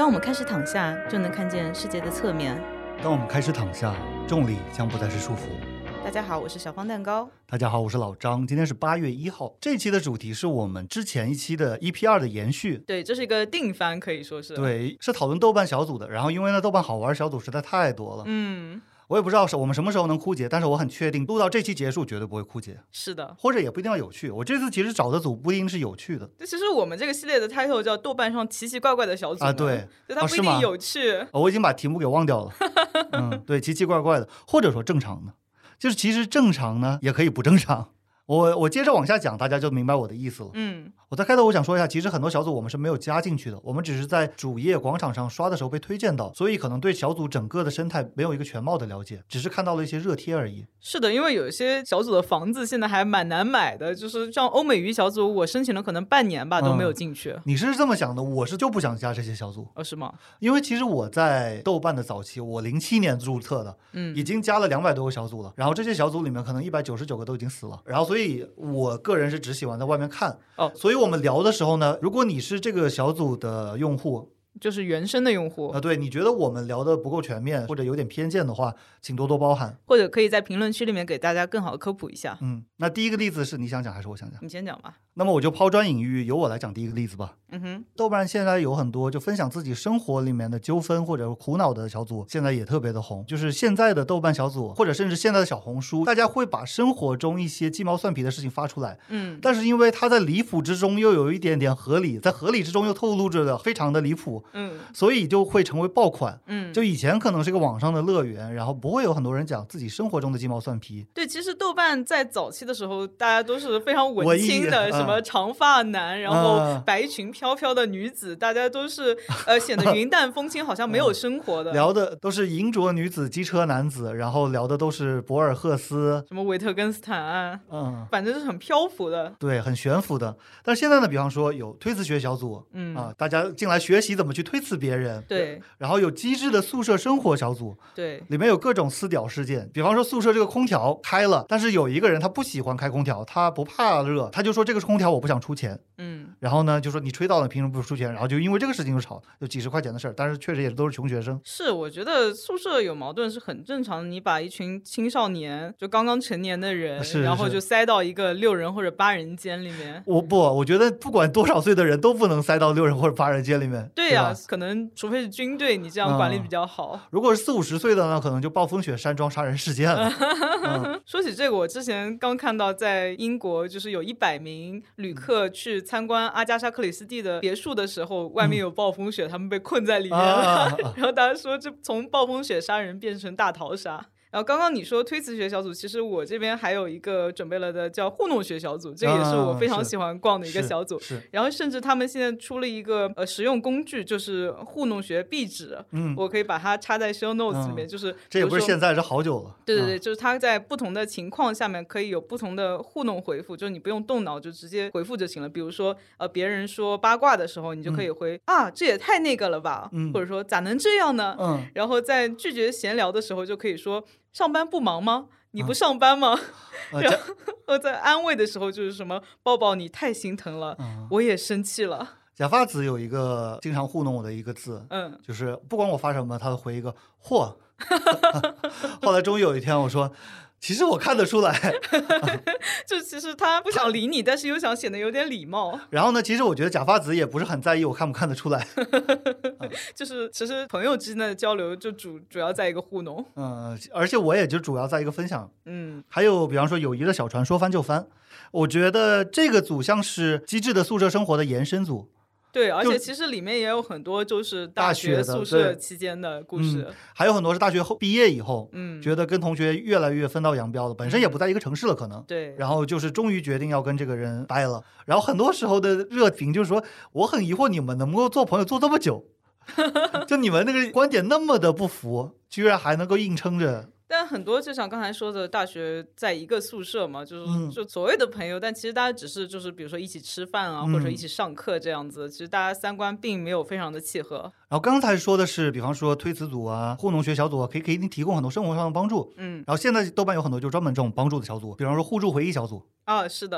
当我们开始躺下，就能看见世界的侧面。 当我们开始躺下，重力将不再是束缚。 大家好，我是小方蛋糕。 大家好，我是老张。今天是8月1号，这一期的主题是我们之前一期的 EP2 的延续。 对，这是一个定番，可以说是。 对，是讨论豆瓣小组的。然后因为呢，豆瓣好玩小组实在太多了。我也不知道我们什么时候能枯竭，但是我很确定录到这期结束绝对不会枯竭。 是的， 或者也不一定要有趣。我这次其实找的组不一定是有趣的。 其实我们这个系列的 title 叫豆瓣上奇奇怪怪的小组啊，对， 所以它不一定有趣。 我已经把题目给忘掉了。对，奇奇怪怪的，或者说正常的，就是其实正常呢也可以不正常。我接着往下讲，大家就明白我的意思了。我在开头我想说一下，其实很多小组我们是没有加进去的，我们只是在主页广场上刷的时候被推荐到，所以可能对小组整个的生态没有一个全貌的了解，只是看到了一些热贴而已。 是的，因为有一些小组的房子现在还蛮难买的，就是像欧美鱼小组，我申请了可能半年吧都没有进去。 你是这么想的，我是就不想加这些小组。 是吗？ 因为其实我在豆瓣的早期，我07年注册的，已经加了200多个小组了，然后这些小组里面可能199个都已经死了，然后所以我个人是只喜欢在外面看。所以我们聊的时候呢，如果你是这个小组的用户， 就是原生的用户， 对，你觉得我们聊的不够全面或者有点偏见的话，请多多包涵， 或者可以在评论区里面给大家更好的科普一下。 那第一个例子是你想讲还是我想讲？ 你先讲吧。 那么我就抛砖引玉，由我来讲第一个例子吧。豆瓣现在有很多就分享自己生活里面的纠纷或者苦恼的小组，现在也特别的红。就是现在的豆瓣小组，或者甚至现在的小红书，大家会把生活中一些鸡毛蒜皮的事情发出来，但是因为它在离谱之中又有一点点合理，在合理之中又透露着的非常的离谱，所以就会成为爆款。就以前可能是一个网上的乐园，然后不会有很多人讲自己生活中的鸡毛蒜皮。 对，其实豆瓣在早期的时候大家都是非常文青的，什么长发男，然后白裙飘飘的女子，大家都是显得云淡风轻，好像没有生活的。 聊的都是银镯女子机车男子，然后聊的都是博尔赫斯， 什么维特根斯坦案，反正是很漂浮的， 对，很悬浮的。但是现在呢，比方说有推辞学小组，大家进来学习怎么去推辞别人， 对， 然后有机智的宿舍生活小组， 对， 里面有各种私屌事件，比方说宿舍这个空调开了，但是有一个人他不喜欢开空调，他不怕热，他就说这个空调我不想出钱，然后呢就说你吹到了凭什么不出钱，然后就因为这个事情就吵，有几十块钱的事儿，但是确实也都是穷学生。 是，我觉得宿舍有矛盾是很正常的，你把一群青少年就刚刚成年的人，然后就塞到一个6人或者8人间里面， 我觉得不管多少岁的人都不能塞到6人或者8人间里面。 对呀，可能除非是军队，你这样管理比较好。 如果是40-50岁的呢，可能就暴风雪山庄杀人事件了。 说起这个，我之前刚看到在英国就是有100名旅客去参观阿加莎克里斯蒂的别墅的时候，外面有暴风雪，他们被困在里面了。然后大家说这从暴风雪杀人变成大逃杀。然后刚刚你说推辞学小组，其实我这边还有一个准备了的叫糊弄学小组，这个也是我非常喜欢逛的一个小组。然后甚至他们现在出了一个实用工具，就是糊弄学壁纸，我可以把它插在 show notes 里面，就是这也不是现在，是好久了。 对对对，就是它在不同的情况下面可以有不同的糊弄回复，就是你不用动脑就直接回复就行了。比如说别人说八卦的时候，你就可以回这也太那个了吧，或者说咋能这样呢？然后在拒绝闲聊的时候就可以说上班不忙吗？你不上班吗？然后在安慰的时候就是什么抱抱你太心疼了，我也生气了。 假发子有一个经常糊弄我的一个字，就是不管我发什么他都回一个嚯。后来终于有一天我说其实我看得出来就其实他不想理你，但是又想显得有点礼貌。 然后呢，其实我觉得假发子也不是很在意我看不看得出来。 就是其实朋友之间的交流就主要在一个糊弄。 而且我也就主要在一个分享。还有比方说友谊的小船说翻就翻，我觉得这个组像是机智的宿舍生活的延伸组。 对，而且其实里面也有很多就是大学宿舍期间的故事， 还有很多是大学后毕业以后，觉得跟同学越来越分道扬镳了，本身也不在一个城市了可能， 对， 然后就是终于决定要跟这个人掰了，然后很多时候的热评就是说我很疑惑你们能够做朋友做这么久就你们那个观点那么的不符，居然还能够硬撑着。 但很多就像刚才说的大学在一个宿舍嘛，就是就所谓的朋友，但其实大家只是就是比如说一起吃饭啊，或者一起上课这样子，其实大家三观并没有非常的契合。 然后刚才说的是比方说推辞组啊糊弄学小组啊，可以给你提供很多生活上的帮助。然后现在豆瓣有很多就专门这种帮助的小组，比方说互助回忆小组是的，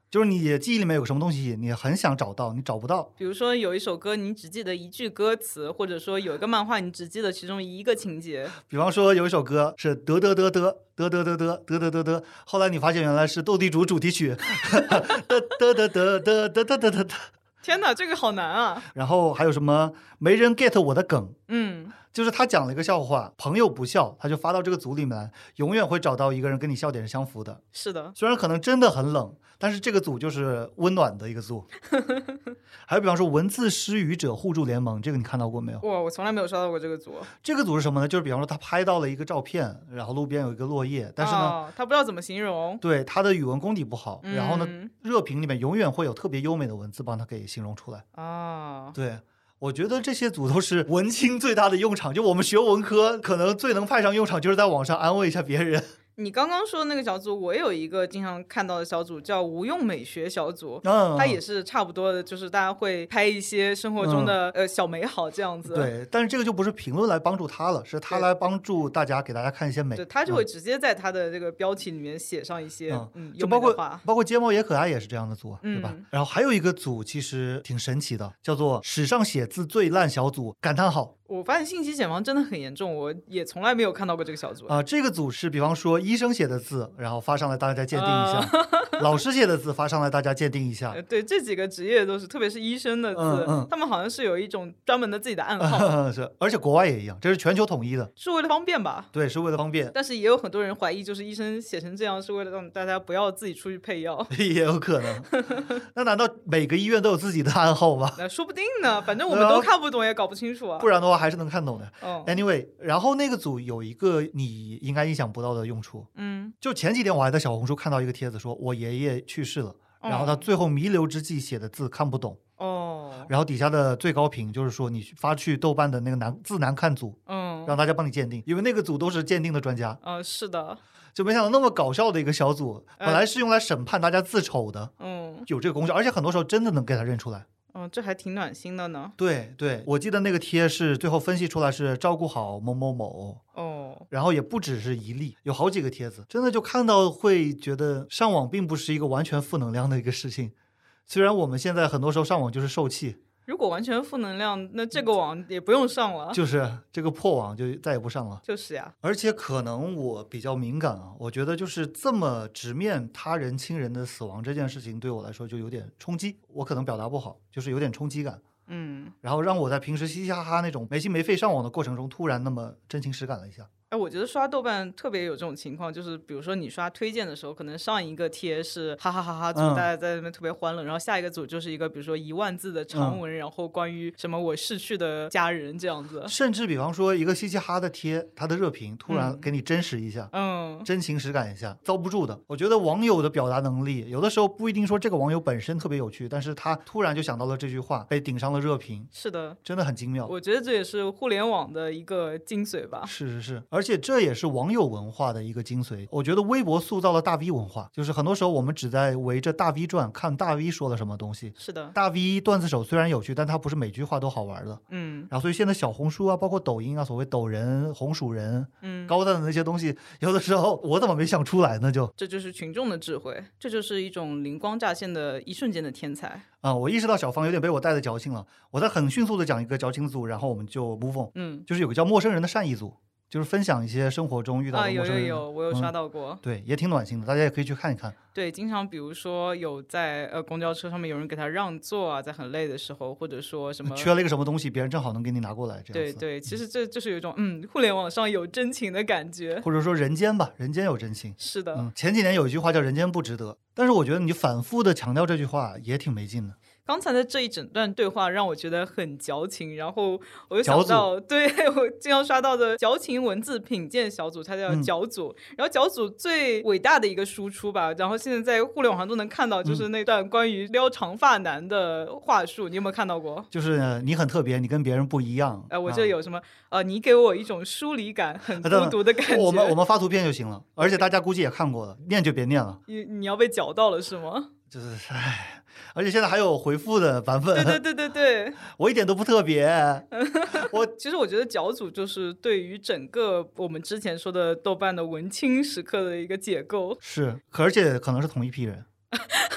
就是你记忆里面有个什么东西，你很想找到，你找不到。 比如说有一首歌，你只记得一句歌词，或者说有一个漫画，你只记得其中一个情节。 比方说有一首歌是得得得得得得得得得得得得，后来你发现原来是斗地主主题曲，得得得得得得得得得。 天哪，这个好难啊！ 然后还有什么没人 get 我的梗， 嗯， 就是他讲了一个笑话，朋友不笑，他就发到这个组里面来，永远会找到一个人跟你笑点是相符的。 是的， 虽然可能真的很冷，但是这个组就是温暖的一个组。还有比方说文字失语者互助联盟，这个你看到过没有？ 哇，我从来没有刷到过这个组。 这个组是什么呢？就是比方说他拍到了一个照片，然后路边有一个落叶，但是呢， 他不知道怎么形容。 对，他的语文功底不好，然后呢，热评里面永远会有特别优美的文字帮他给形容出来。对。我觉得这些组都是文青最大的用场，就我们学文科可能最能派上用场，就是在网上安慰一下别人。 你刚刚说的那个小组，我有一个经常看到的小组叫无用美学小组，它也是差不多的，就是大家会拍一些生活中的小美好这样子。 对，但是这个就不是评论来帮助他了，是他来帮助大家，给大家看一些美。 对，他就会直接在他的这个标题里面写上一些就包括睫毛也可爱也是这样的组，对吧？然后还有一个组其实挺神奇的，叫做史上写字最烂小组感叹号。 我发现信息茧房真的很严重，我也从来没有看到过这个小组这个组是比方说医生写的字，然后发上来大家鉴定一下，老师写的字发上来大家鉴定一下。 对，这几个职业都是，特别是医生的字，他们好像是有一种专门的自己的暗号。 是，而且国外也一样，这是全球统一的， 是为了方便吧？ 对，是为了方便。 但是也有很多人怀疑，就是医生写成这样是为了让大家不要自己出去配药。 也有可能。那难道每个医院都有自己的暗号吗？ 那说不定呢，反正我们都看不懂也搞不清楚啊。 不然的话还是能看懂的。Anyway， 然后那个组有一个你应该意想不到的用处。就前几天我还在小红书看到一个帖子，说我爷爷去世了，然后他最后弥留之际写的字看不懂。然后底下的最高评就是说你发去豆瓣的那个字难看组，让大家帮你鉴定，因为那个组都是鉴定的专家。 是的。 就没想到那么搞笑的一个小组，本来是用来审判大家字丑的，有这个功效，而且很多时候真的能给他认出来。 这还挺暖心的呢。 对对，我记得那个贴是最后分析出来是照顾好某某某。然后也不只是一例，有好几个帖子，真的就看到会觉得上网并不是一个完全负能量的一个事情。虽然我们现在很多时候上网就是受气， 如果完全负能量，那这个网也不用上了， 就是这个破网就再也不上了。 就是呀。 而且可能我比较敏感啊，我觉得就是这么直面他人亲人的死亡这件事情对我来说就有点冲击，我可能表达不好，就是有点冲击感。然后让我在平时嘻嘻哈哈那种没心没肺上网的过程中突然那么真情实感了一下。 我觉得刷豆瓣特别有这种情况，就是比如说你刷推荐的时候，可能上一个贴是哈哈哈哈组，大家在那边特别欢乐，然后下一个组就是一个比如说10000字的长文，然后关于什么我逝去的家人这样子。 甚至比方说一个嘻嘻哈的贴，他的热评突然给你真实一下，真情实感一下，遭不住的。我觉得网友的表达能力有的时候不一定说这个网友本身特别有趣，但是他突然就想到了这句话，被顶上了热评。 是的， 真的很精妙。 我觉得这也是互联网的一个精髓吧。 是，而且这也是网友文化的一个精髓。我觉得微博塑造了大 V 文化，就是很多时候我们只在围着大 V 转，看大 V 说了什么东西。 是的， 大 V 段子手虽然有趣，但他不是每句话都好玩的。然后所以现在小红书啊，包括抖音啊，所谓抖人、红薯人、高赞的那些东西，有的时候我怎么没想出来呢？ 这就是群众的智慧，这就是一种灵光乍现的一瞬间的天才。 我意识到小芳有点被我带的矫情了，我在很迅速的讲一个矫情组，然后我们就 move on。就是有个叫陌生人的善意组，就是分享一些生活中遇到的陌生人。 有，我有刷到过。 对，也挺暖心的，大家也可以去看一看。 对，经常比如说有在公交车上面有人给他让座啊，在很累的时候，或者说什么缺了一个什么东西，别人正好能给你拿过来，这样子。 对，其实这就是有一种互联网上有真情的感觉， 或者说人间吧，人间有真情。 是的。 前几年有一句话叫人间不值得，但是我觉得你反复的强调这句话也挺没劲的。 刚才的这一整段对话让我觉得很矫情，然后我就想到，对，我经常刷到的矫情文字品鉴小组，它叫矫组。然后矫组最伟大的一个输出吧，然后现在在互联网上都能看到，就是那段关于撩长发男的话术，你有没有看到过？ 就是你很特别，你跟别人不一样。 我这有什么你给我一种疏离感，很孤独的感觉。 我们发图片就行了，而且大家估计也看过了，念就别念了。 你要被搅到了是吗？ 就是而且现在还有回复的版本。 对， 我一点都不特别。 其实我觉得矫组就是对于整个我们之前说的豆瓣的文青时刻的一个解构。 是，而且可能是同一批人。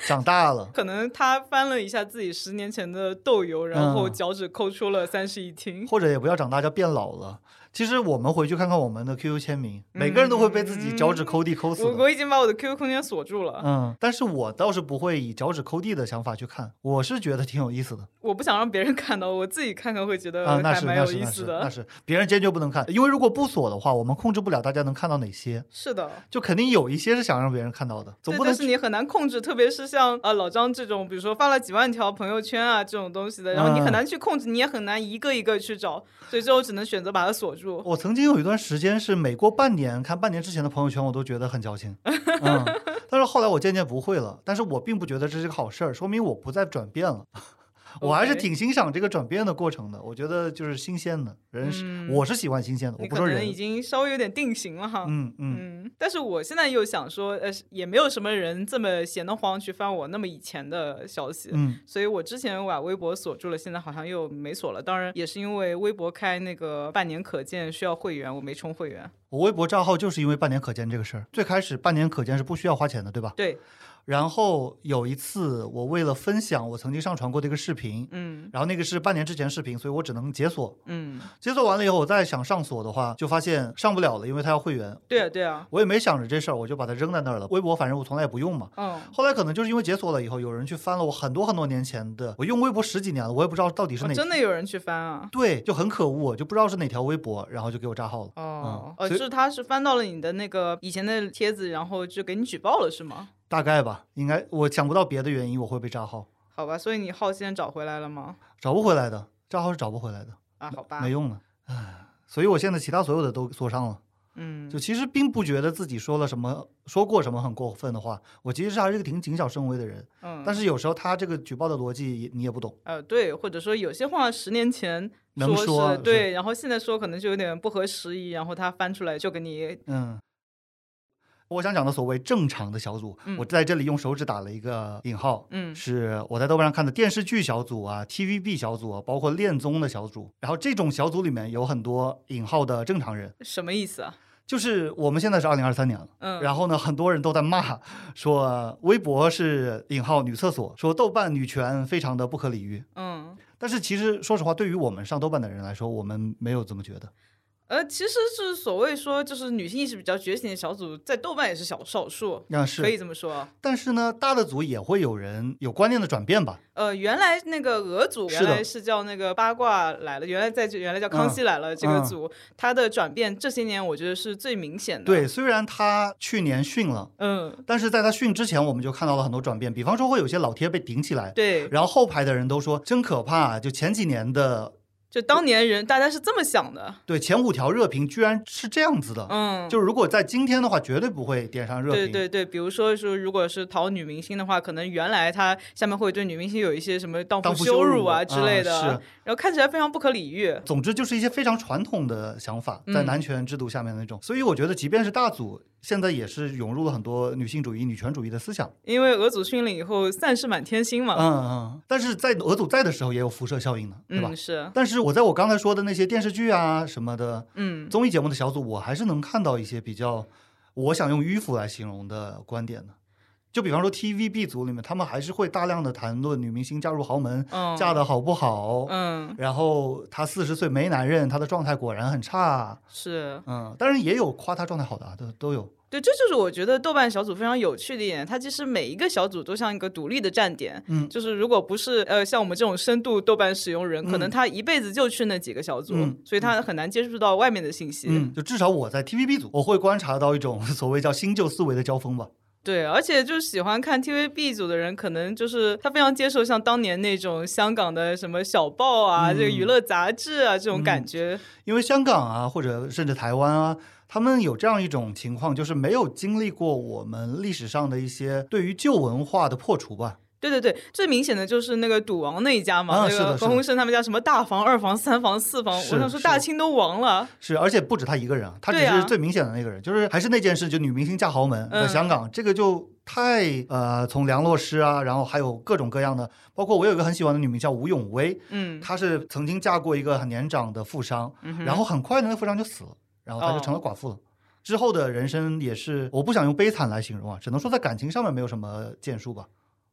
长大了， 可能他翻了一下自己10年前的豆油，然后脚趾抠出了31听， 或者也不要长大，叫变老了。其实我们回去看看我们的 QQ 签名，每个人都会被自己脚趾抠地抠死的。 我已经把我的 QQ 空间锁住了。 但是我倒是不会以脚趾抠地的想法去看，我是觉得挺有意思的。 我不想让别人看到，我自己看看会觉得还蛮有意思的。 那是别人坚决不能看，因为如果不锁的话，我们控制不了大家能看到哪些。 是的， 就肯定有一些是想让别人看到的，总不能。 但是你很难控制，特别是像老张这种，比如说发了几万条朋友圈啊这种东西的，然后你很难去控制，你也很难一个一个去找，所以最后只能选择把它锁住。 我曾经有一段时间是每过半年看半年之前的朋友圈，我都觉得很矫情。但是后来我渐渐不会了，但是我并不觉得这是个好事儿，说明我不再转变了。我还是挺欣赏这个转变的过程的，我觉得就是新鲜的人，我是喜欢新鲜的。我不说人， 你可能已经稍微有点定型了哈。但是我现在又想说，也没有什么人这么闲得慌去翻我那么以前的消息，所以我之前把微博锁住了，现在好像又没锁了。当然也是因为微博开那个半年可见需要会员，我没充会员。 我微博账号就是因为半年可见这个事儿，最开始半年可见是不需要花钱的，对吧？ 对。 然后有一次我为了分享我曾经上传过的一个视频，然后那个是半年之前视频，所以我只能解锁，解锁完了以后我再想上锁的话就发现上不了了，因为它要会员。 对啊， 我也没想着这事儿，我就把它扔在那儿了。微博反正我从来也不用嘛，后来可能就是因为解锁了以后有人去翻了我很多很多年前的，我用微博10几年了，我也不知道到底是哪真的有人去翻啊？ 对，就很可恶，就不知道是哪条微博，然后就给我炸号了。 就是他是翻到了你的那个以前的帖子，然后就给你举报了是吗？ 大概吧，应该我想不到别的原因我会被炸号。 好吧，所以你号现在找回来了吗？ 找不回来的，炸号是找不回来的啊，好吧， 没用的。所以我现在其他所有的都锁上了。就其实并不觉得自己说过什么很过分的话，我其实还是一个挺谨小慎微的人。但是有时候他这个举报的逻辑你也不懂。 对，或者说有些话10年前能说对，然后现在说可能就有点不合时宜，然后他翻出来就给你我想讲的所谓正常的小组，我在这里用手指打了一个引号，是我在豆瓣上看的电视剧小组啊、TVB 小组啊，包括恋综的小组。然后这种小组里面有很多引号的正常人。 什么意思啊？ 就是我们现在是2023年了，然后呢，很多人都在骂说微博是引号女厕所，说豆瓣女权非常的不可理喻。但是其实说实话，对于我们上豆瓣的人来说，我们没有这么觉得。 其实是所谓说就是女性意识比较觉醒的小组，在豆瓣也是少数， 是可以这么说。 但是呢，大的组也会有人有观念的转变吧。 原来那个俄组原来是叫那个八卦来了，原来叫康熙来了这个组，它的转变这些年我觉得是最明显的。 对，虽然他去年训了，但是在他训之前我们就看到了很多转变，比方说会有些老贴被顶起来， 对， 然后后排的人都说真可怕，就前几年的。 就当年人大家是这么想的， 对，前5条热评居然是这样子的，就是如果在今天的话，绝对不会点上热评。 对，比如说如果是讨女明星的话，可能原来他下面会对女明星有一些什么荡妇羞辱啊之类的，然后看起来非常不可理喻。 总之就是一些非常传统的想法，在男权制度下面的那种。所以我觉得，即便是大组，现在也是涌入了很多女性主义、女权主义的思想。 因为俄组训了以后，散是满天星嘛。 但是在俄组在的时候，也有辐射效应的，对吧？ 是。 但是我刚才说的那些电视剧啊什么的，综艺节目的小组，我还是能看到一些比较，我想用迂腐来形容的观点的。就比方说 TVB 组里面，他们还是会大量的谈论女明星嫁入豪门，嫁的好不好，然后她40岁没男人，她的状态果然很差， 是， 当然也有夸她状态好的，都有。 对，这就是我觉得豆瓣小组非常有趣的一点，它其实每一个小组都像一个独立的站点，就是如果不是像我们这种深度豆瓣使用人，可能他一辈子就去那几个小组，所以他很难接触到外面的信息。 就至少我在 TVB 组，我会观察到一种所谓叫新旧思维的交锋吧。 对，而且就喜欢看 TVB 组的人，可能就是他非常接受像当年那种香港的什么小报啊，这个娱乐杂志啊这种感觉。 因为香港啊，或者甚至台湾啊，他们有这样一种情况，就是没有经历过我们历史上的一些对于旧文化的破除吧。 对，最明显的就是那个赌王那一家嘛，那个何鸿燊他们家什么大房、2房、3房、4房，我想说大清都亡了。 是，而且不止他一个人，他只是最明显的那个人，就是还是那件事，就女明星嫁豪门在香港，这个就太从梁洛施啊，然后还有各种各样的，包括我有一个很喜欢的女明星叫吴咏薇，她是曾经嫁过一个很年长的富商，然后很快的那个富商就死了，然后她就成了寡妇了。之后的人生也是，我不想用悲惨来形容啊，只能说在感情上面没有什么建树吧。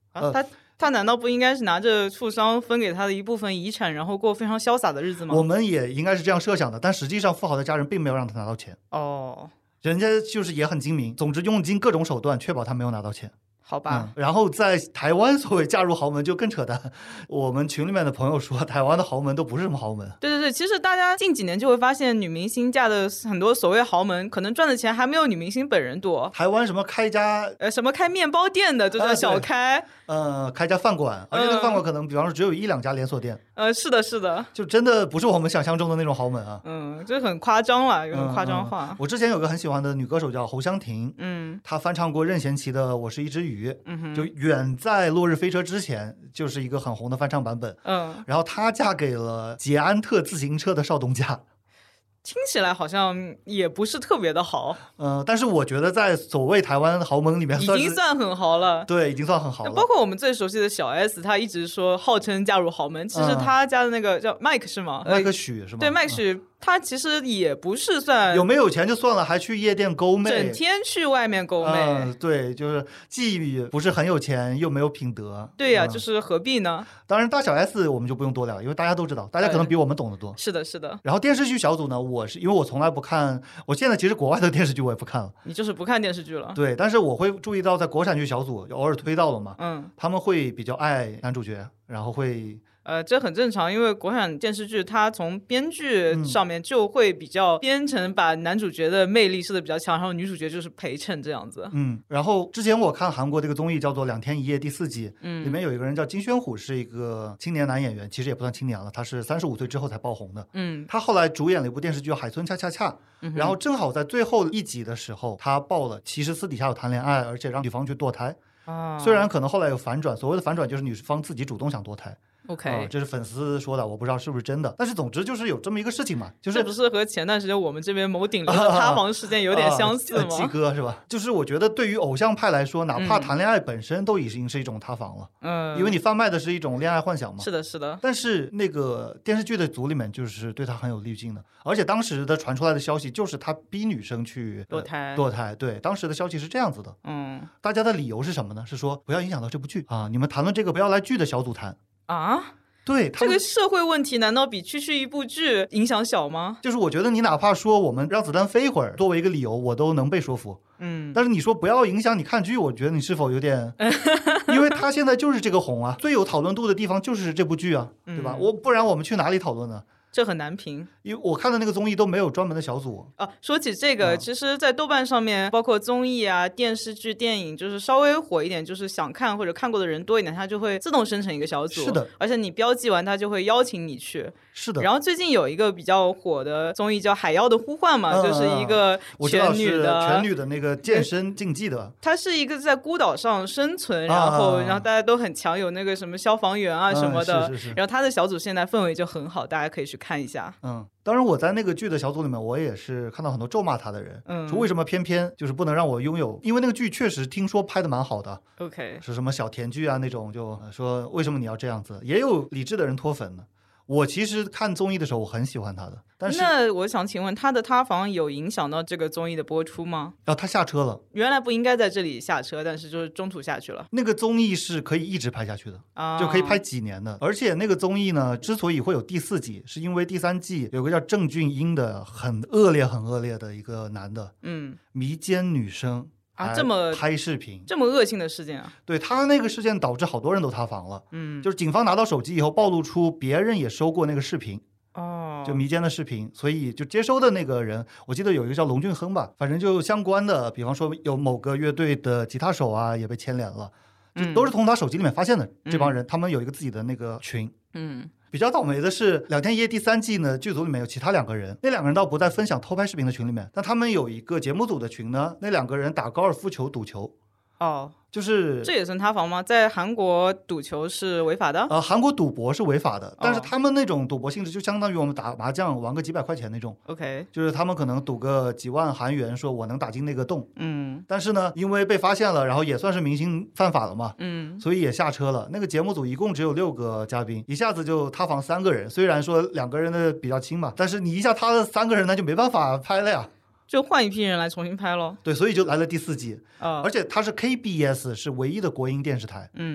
他难道不应该是拿着富商分给他的一部分遗产，然后过非常潇洒的日子吗？ 我们也应该是这样设想的，但实际上富豪的家人并没有让他拿到钱。人家就是也很精明，总之用尽各种手段确保他没有拿到钱。 好吧， 然后在台湾所谓嫁入豪门就更扯淡，我们群里面的朋友说台湾的豪门都不是什么豪门。 对，其实大家近几年就会发现女明星嫁的很多所谓豪门可能赚的钱还没有女明星本人多。 台湾什么开家什么开面包店的就叫小开， 开家饭馆，而且那个饭馆可能比方说只有1-2家连锁店。 是的， 就真的不是我们想象中的那种豪门啊。 就很夸张了，有点夸张化。 我之前有个很喜欢的女歌手叫侯湘婷，她翻唱过任贤齐的《我是一只鱼》，就远在《落日飞车》之前就是一个很红的翻唱版本。然后她嫁给了捷安特自行车的邵东家。 听起来好像也不是特别的好， 但是我觉得在所谓台湾豪门里面已经算很豪了。 对，已经算很豪了。 包括我们最熟悉的小 S， 他一直说号称嫁入豪门，其实他家的那个叫麦克是吗？ 麦克许是吗？ 对，麦克许。他其实也不是算有没有钱就算了，还去夜店勾妹， 整天去外面勾妹。 对，就是既不是很有钱，又没有品德。 对呀，就是何必呢？ 当然，大小 S 我们就不用多聊，因为大家都知道，大家可能比我们懂得多。 是的。 然后电视剧小组呢，因为我从来不看，我现在其实国外的电视剧我也不看了。 你就是不看电视剧了？ 对，但是我会注意到，在国产剧小组偶尔推到了嘛，他们会比较爱男主角，然后会。 这很正常，因为国产电视剧它从编剧上面就会比较编程，把男主角的魅力设得比较强，然后女主角就是陪衬这样子。 然后之前我看韩国这个综艺叫做《2天1夜》第4季，里面有一个人叫金宣虎，是一个青年男演员，其实也不算青年了，他是35岁之后才爆红的。他后来主演了一部电视剧叫《海村恰恰恰》，然后正好在最后1集的时候，他爆了其实私底下有谈恋爱，而且让女方去堕胎。虽然可能后来有反转，所谓的反转就是女方自己主动想堕胎。 OK， 这是粉丝说的，我不知道是不是真的，但是总之就是有这么一个事情嘛，就是这不是和前段时间我们这边某顶流的塌房事件有点相似吗？ 鸡哥是吧？就是我觉得对于偶像派来说，哪怕谈恋爱本身都已经是一种塌房了，因为你贩卖的是一种恋爱幻想嘛。 是的。 但是那个电视剧的组里面就是对他很有滤镜的，而且当时的传出来的消息就是他逼女生去堕胎， 对，当时的消息是这样子的。大家的理由是什么呢？是说不要影响到这部剧啊，你们谈论这个不要来剧的小组谈啊。 对， 这个社会问题难道比区一部剧影响小吗？ 就是我觉得你哪怕说我们让子弹飞一会儿作为一个理由，我都能被说服。但是你说不要影响你看剧，我觉得你是否有点因为他现在就是这个红啊，最有讨论度的地方就是这部剧啊，对吧？不然我们去哪里讨论呢？ 这很难评， 因为我看的那个综艺都没有专门的小组啊。说起这个，其实在豆瓣上面，包括综艺啊、电视剧、电影，就是稍微火一点，就是想看或者看过的人多一点，它就会自动生成一个小组。 是的， 而且你标记完，它就会邀请你去。 是的。 然后最近有一个比较火的综艺叫《海妖的呼唤》嘛，就是一个全女的那个健身竞技的。 它是一个在孤岛上生存，然后大家都很强，有那个什么消防员啊什么的。 是。 然后他的小组现在氛围就很好，大家可以去看一下。 当然我在那个剧的小组里面，我也是看到很多咒骂他的人，说为什么偏偏就是不能让我拥有，因为那个剧确实听说拍的蛮好的。 OK， 是什么小甜剧啊那种，就说为什么你要这样子，也有理智的人脱粉的。我其实看综艺的时候我很喜欢他的，但是那我想请问他的塌房有影响到这个综艺的播出吗？ 他下车了， 原来不应该在这里下车，但是就是中途下去了。 那个综艺是可以一直拍下去的，就可以拍几年的。而且那个综艺呢，之所以会有第4季，是因为第3季有个叫郑俊英的很恶劣的一个男的，迷奸女生这么拍视频， 这么恶性的事件啊！ 对，他那个事件导致好多人都塌房了。就是警方拿到手机以后暴露出别人也收过那个视频，就迷奸的视频，所以就接收的那个人，我记得有一个叫龙俊亨吧，反正就相关的，比方说有某个乐队的吉他手啊也被牵连了，就都是从他手机里面发现的。这帮人他们有一个自己的那个群。比较倒霉的是2天1夜第3季呢，剧组里面有其他2个人，那2个人倒不在分享偷拍视频的群里面，但他们有一个节目组的群呢，那2个人打高尔夫球赌球。就是这也算塌房吗？在韩国赌球是违法的？ 韩国赌博是违法的，但是他们那种赌博性质就相当于我们打麻将玩个几百块钱那种。 OK， 就是他们可能赌个几万韩元，说我能打进那个洞。但是呢，因为被发现了，然后也算是明星犯法了嘛，所以也下车了。那个节目组一共只有6个嘉宾，一下子就塌房3个人。虽然说2个人的比较轻嘛，但是你一下塌了3个人，那就没办法拍了呀。 就换一批人来重新拍咯。 对，所以就来了第4季。而且它是 KBS 是唯一的国营电视台。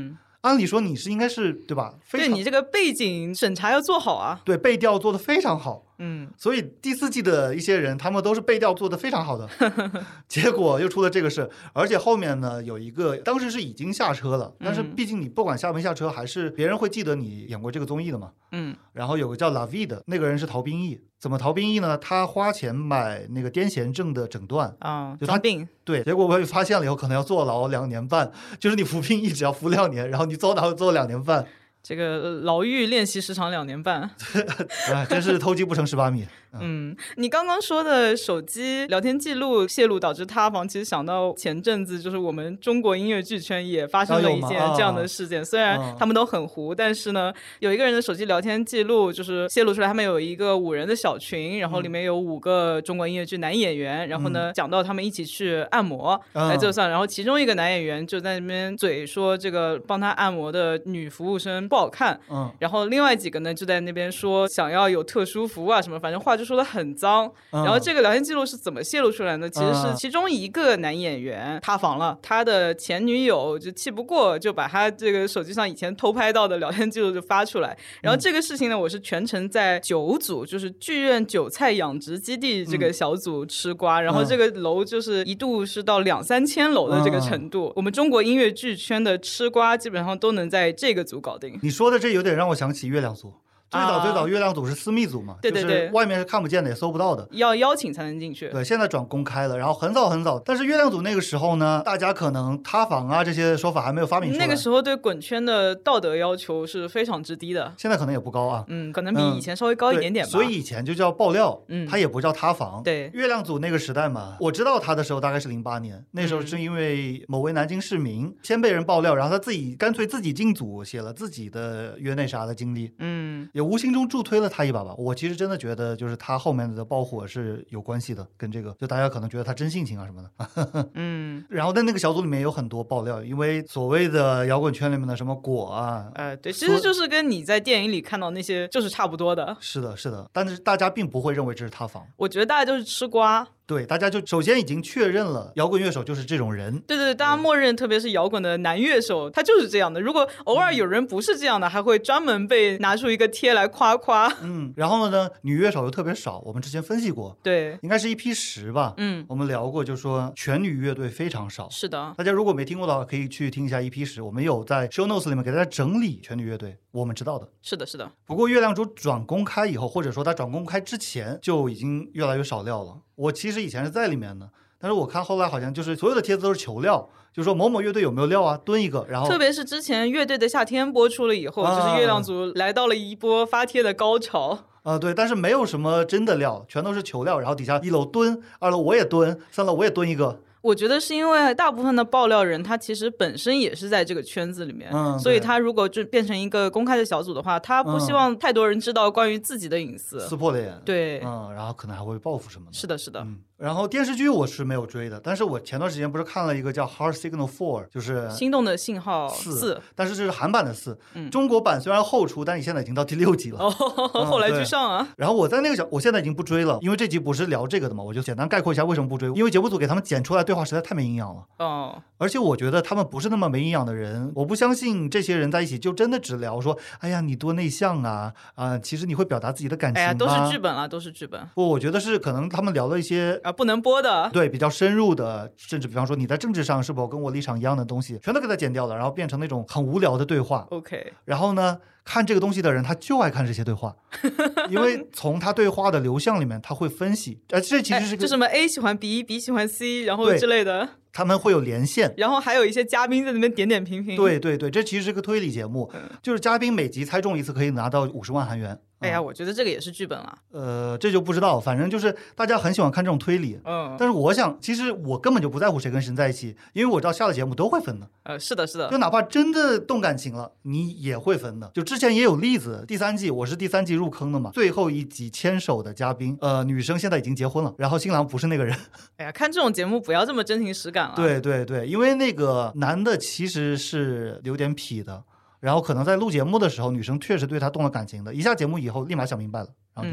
按理说你是应该是对吧？ 对，你这个背景审查要做好啊。 对，背调做得非常好。所以第4季的一些人他们都是背调做得非常好的结果又出了这个事。而且后面呢有一个当时是已经下车了，但是毕竟你不管下没下车还是别人会记得你演过这个综艺的嘛。然后有个叫 Lavi 的那个人是逃兵役，怎么逃兵役呢？他花钱买那个癫痫症的诊断就他病。 对，结果被发现了以后可能要坐牢2年半，就是你服兵役只要服2年，然后你坐牢坐2年半。 这个牢狱练习时长2年半真是偷鸡不成蚀把米。 你刚刚说的手机聊天记录泄露导致塌房，其实想到前阵子就是我们中国音乐剧圈也发生了一件这样的事件。虽然他们都很糊，但是呢有一个人的手机聊天记录就是泄露出来，他们有一个5人的小群，然后里面有5个中国音乐剧男演员，然后呢讲到他们一起去按摩来就算，然后其中一个男演员就在那边嘴说这个帮他按摩的女服务生不好看，然后另外几个呢就在那边说想要有特殊服务啊什么，反正话就说得很脏。然后这个聊天记录是怎么泄露出来的？其实是其中一个男演员塌房了，他的前女友就气不过，就把他这个手机上以前偷拍到的聊天记录就发出来。然后这个事情呢我是全程在9组就是剧院韭菜养殖基地这个小组吃瓜，然后这个楼就是一度是到2-3千楼的这个程度。我们中国音乐剧圈的吃瓜基本上都能在这个组搞定。 你说的这有点让我想起月亮组。最早月亮组是私密组嘛， 对对对， 就是外面是看不见的也搜不到的， 要邀请才能进去。 对，现在转公开了，然后很早，但是月亮组那个时候呢，大家可能塌房啊这些说法还没有发明出来， 那个时候对滚圈的道德要求是非常之低的， 现在可能也不高啊， 可能比以前稍微高一点点吧。 所以以前就叫爆料，它也不叫塌房。 对， 月亮组那个时代嘛，我知道他的时候大概是08年，那时候是因为某位南京市民先被人爆料，然后他自己干脆自己进组写了自己的约内啥的经历，也无形中助推了他一把吧。我其实真的觉得就是他后面的爆火是有关系的，跟这个就大家可能觉得他真性情啊什么的然后在那个小组里面有很多爆料，因为所谓的摇滚圈里面的什么果啊对，其实就是跟你在电影里看到那些就是差不多的。 是的但是大家并不会认为这是塌房， 我觉得大家就是吃瓜。 对，大家就首先已经确认了摇滚乐手就是这种人。 对，大家默认特别是摇滚的男乐手他就是这样的，如果偶尔有人不是这样的，还会专门被拿出一个贴来夸。 然后呢女乐手又特别少，我们之前分析过， 对， 应该是EP10吧，我们聊过，就说全女乐队非常少。 是的， 大家如果没听过的话可以去听一下EP10，我们有在 show notes 里面给大家整理全女乐队我们知道的。 是的不过月亮组转公开以后，或者说他转公开之前就已经越来越少料了。我其实以前是在里面的，但是我看后来好像就是所有的帖子都是求料，就是说某某乐队有没有料啊，蹲一个。然后特别是之前乐队的夏天播出了以后，就是月亮组来到了一波发帖的高潮。 对，但是没有什么真的料，全都是求料，然后底下1楼蹲，2楼我也蹲，3楼我也蹲一个。 我觉得是因为大部分的爆料人他其实本身也是在这个圈子里面，所以他如果就变成一个公开的小组的话，他不希望太多人知道关于自己的隐私， 撕破脸。 对， 然后可能还会报复什么的。 是的然后电视剧我是没有追的，但是我前段时间不是看了一个叫 Heart Signal 4，就是心动的信号4， 但是这是韩版的4，中国版虽然后出，但你现在已经到第6集了， 后来居上啊。 然后我在那个我现在已经不追了，因为这集不是聊这个的嘛，我就简单概括一下为什么不追。因为节目组给他们剪出来对话实在太没营养了，而且我觉得他们不是那么没营养的人，我不相信这些人在一起就真的只聊说哎呀你多内向啊，其实你会表达自己的感情吗？ 都是剧本啊，都是剧本。 不，我觉得是可能他们聊了一些不能播的， 对，比较深入的，甚至比方说你在政治上是否跟我立场一样的东西全都给他剪掉了，然后变成那种很无聊的对话。 OK， 然后呢看这个东西的人他就爱看这些对话因为从他对话的流向里面他会分析，这其实是就什么 A 喜欢 B，B 喜欢 C， 然后之类的， 他们会有连线， 然后还有一些嘉宾在那边点点评评。 对，这其实是个推理节目，就是嘉宾每集猜中一次可以拿到50万韩元。 哎呀，我觉得这个也是剧本了。 这就不知道，反正就是大家很喜欢看这种推理。但是我想，其实我根本就不在乎谁跟谁在一起，因为我知道下了节目都会分的。 是的， 就哪怕真的动感情了，你也会分的。就之前也有例子，第3季我是第3季入坑的嘛，最后一集牵手的嘉宾，女生现在已经结婚了，然后新郎不是那个人。 哎呀，看这种节目不要这么真情实感了。 对，因为那个男的其实是有点痞的。然后可能在录节目的时候女生确实对他动了感情的，一下节目以后立马想明白了，然后就分了。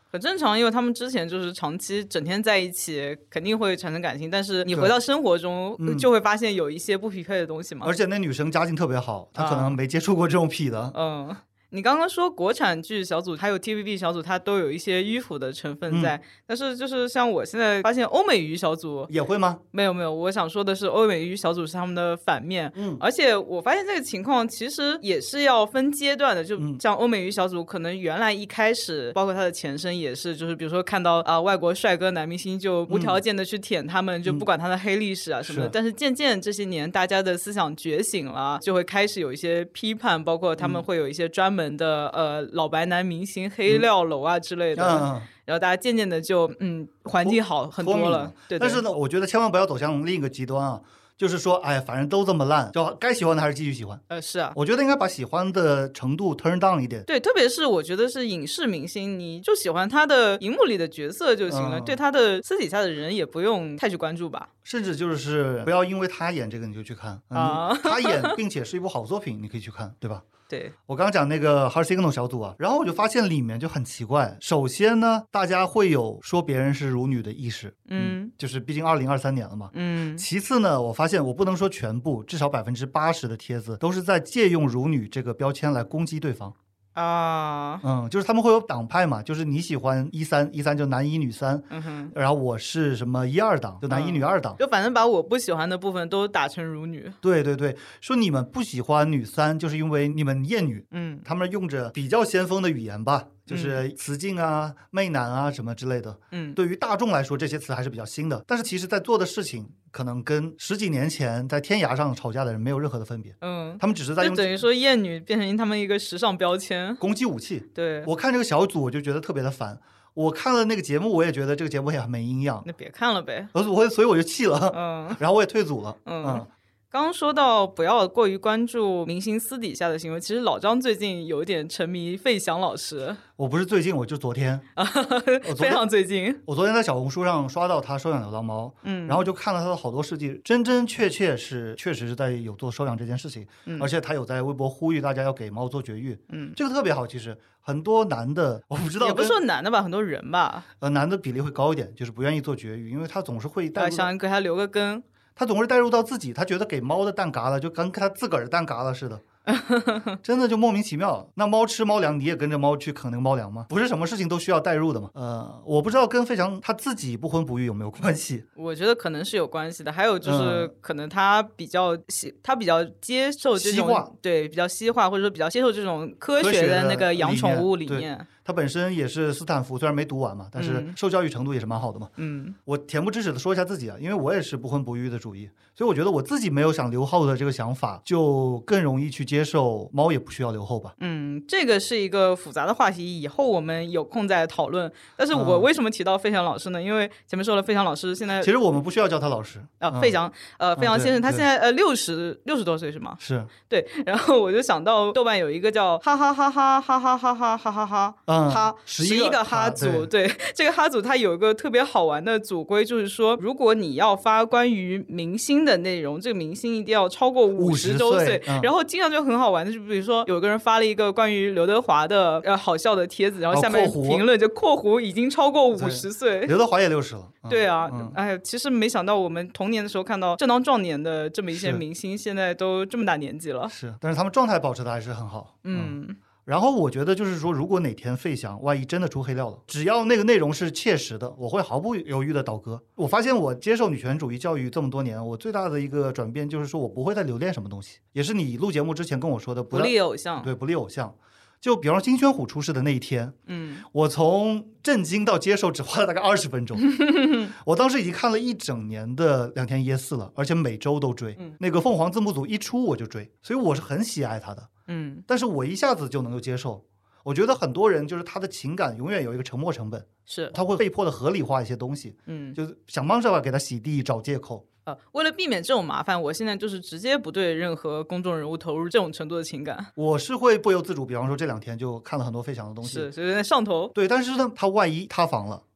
很正常，因为他们之前就是长期整天在一起，肯定会产生感情，但是你回到生活中就会发现有一些不匹配的东西嘛。 而且那女生家境特别好，她可能没接触过这种痞的。 你刚刚说国产剧小组还有 TVB 小组它都有一些迂腐的成分在，但是就是像我现在发现欧美娱小组也会吗？ 没有，我想说的是欧美娱小组是他们的反面。而且我发现这个情况其实也是要分阶段的，就像欧美娱小组可能原来一开始包括它的前身也是，就是比如说看到外国帅哥男明星就无条件的去舔他们，就不管他的黑历史啊什么的。但是渐渐这些年大家的思想觉醒了，就会开始有一些批判，包括他们会有一些专门的老白男明星黑料楼啊之类的，然后大家渐渐的就环境好很多了。对， 但是呢，我觉得千万不要走向另一个极端啊，就是说哎，反正都这么烂，就该喜欢的还是继续喜欢。 是啊， 我觉得应该把喜欢的程度 turn down 一点。 对，特别是我觉得是影视明星，你就喜欢他的荧幕里的角色就行了，对他的私底下的人也不用太去关注吧。 甚至就是不要因为他演这个你就去看他演并且是一部好作品，你可以去看，对吧？ 对， 我刚刚讲那个 Heart Signal 小组啊，然后我就发现里面就很奇怪。首先呢，大家会有说别人是辱女的意识，就是毕竟2023年了嘛，其次呢，我发现我不能说全部，至少80%的帖子都是在借用辱女这个标签来攻击对方。就是他们会有党派嘛，就是你喜欢13就男一女三，然后我是什么12党，就男一女2党， 就反正把我不喜欢的部分都打成辱女。 对对对，说你们不喜欢女三，就是因为你们厌女。他们用着比较先锋的语言吧，就是雌竞啊、媚男啊什么之类的。对于大众来说，这些词还是比较新的，但是其实在做的事情可能跟10几年前在天涯上吵架的人没有任何的分别。他们只是在用， 就等于说厌女变成他们一个时尚标签， 攻击武器。 对， 我看这个小组我就觉得特别的烦，我看了那个节目我也觉得这个节目也很没营养， 那别看了呗。 所以我就气了，然后我也退组了。 刚刚说到不要过于关注明星私底下的行为，其实老张最近有点沉迷费翔老师。 我不是最近，我就昨天非常最近。 我昨天在小红书上刷到他收养流浪猫，然后就看了他的好多事迹，真确实是在有做收养这件事情，而且他有在微博呼吁大家要给猫做绝育，这个特别好。其实很多男的，我不知道， 也不是说男的吧，很多人吧， 男的比例会高一点，就是不愿意做绝育，因为他总是会想给他留个根。 他总是带入到自己，他觉得给猫的蛋嘎了就跟他自个儿的蛋嘎了似的，真的就莫名其妙。那猫吃猫粮，你也跟着猫去啃那个猫粮吗？不是什么事情都需要带入的吗？我不知道跟费翔他自己不婚不育有没有关系。 我觉得可能是有关系的，还有就是可能他比较接受这种对比较西化，或者说比较接受这种科学的那个养宠物理念。 他本身也是斯坦福，虽然没读完嘛，但是受教育程度也是蛮好的嘛。我恬不知耻的说一下自己啊，因为我也是不婚不育的主义，所以我觉得我自己没有想留后的这个想法，就更容易去接受猫也不需要留后吧。 这个是一个复杂的话题，以后我们有空再讨论。但是我为什么提到费翔老师呢？因为前面说了，费翔老师现在其实我们不需要叫他老师费翔先生，他现在60多岁是吗？ 是， 对。然后我就想到豆瓣有一个叫哈哈哈哈哈哈哈哈哈哈哈。11个哈组，对，这个哈组它有一个特别好玩的组规，就是说如果你要发关于明星的内容，这个明星一定要超过50周岁。然后经常就很好玩的，就比如说有个人发了一个关于刘德华的好笑的帖子，然后下面评论就括弧已经超过50岁， 刘德华也60了。 对啊，其实没想到我们童年的时候看到正当壮年的这么一些明星，现在都这么大年纪了。 是，但是他们状态保持的还是很好。然后我觉得就是说，如果哪天费翔万一真的出黑料了，只要那个内容是切实的，我会毫不犹豫的倒戈。我发现我接受女权主义教育这么多年，我最大的一个转变就是说我不会再留恋什么东西，也是你录节目之前跟我说的， 不立偶像。 对，不立偶像。就比方说金宣虎出事的那一天，我从震惊到接受只花了大概20分钟。我当时已经看了1整年的2天1夜4了，而且每周都追。那个凤凰字幕组一出我就追，所以我是很喜爱他的。但是我一下子就能够接受。我觉得很多人就是他的情感永远有一个沉没成本， 是他会被迫的合理化一些东西，就是想方设法给他洗地找借口。 为了避免这种麻烦，我现在就是直接不对任何公众人物投入这种程度的情感。 我是会不由自主，比方说这2天就看了很多费翔的东西， 是所以在上头。 对，但是呢，他万一塌房了，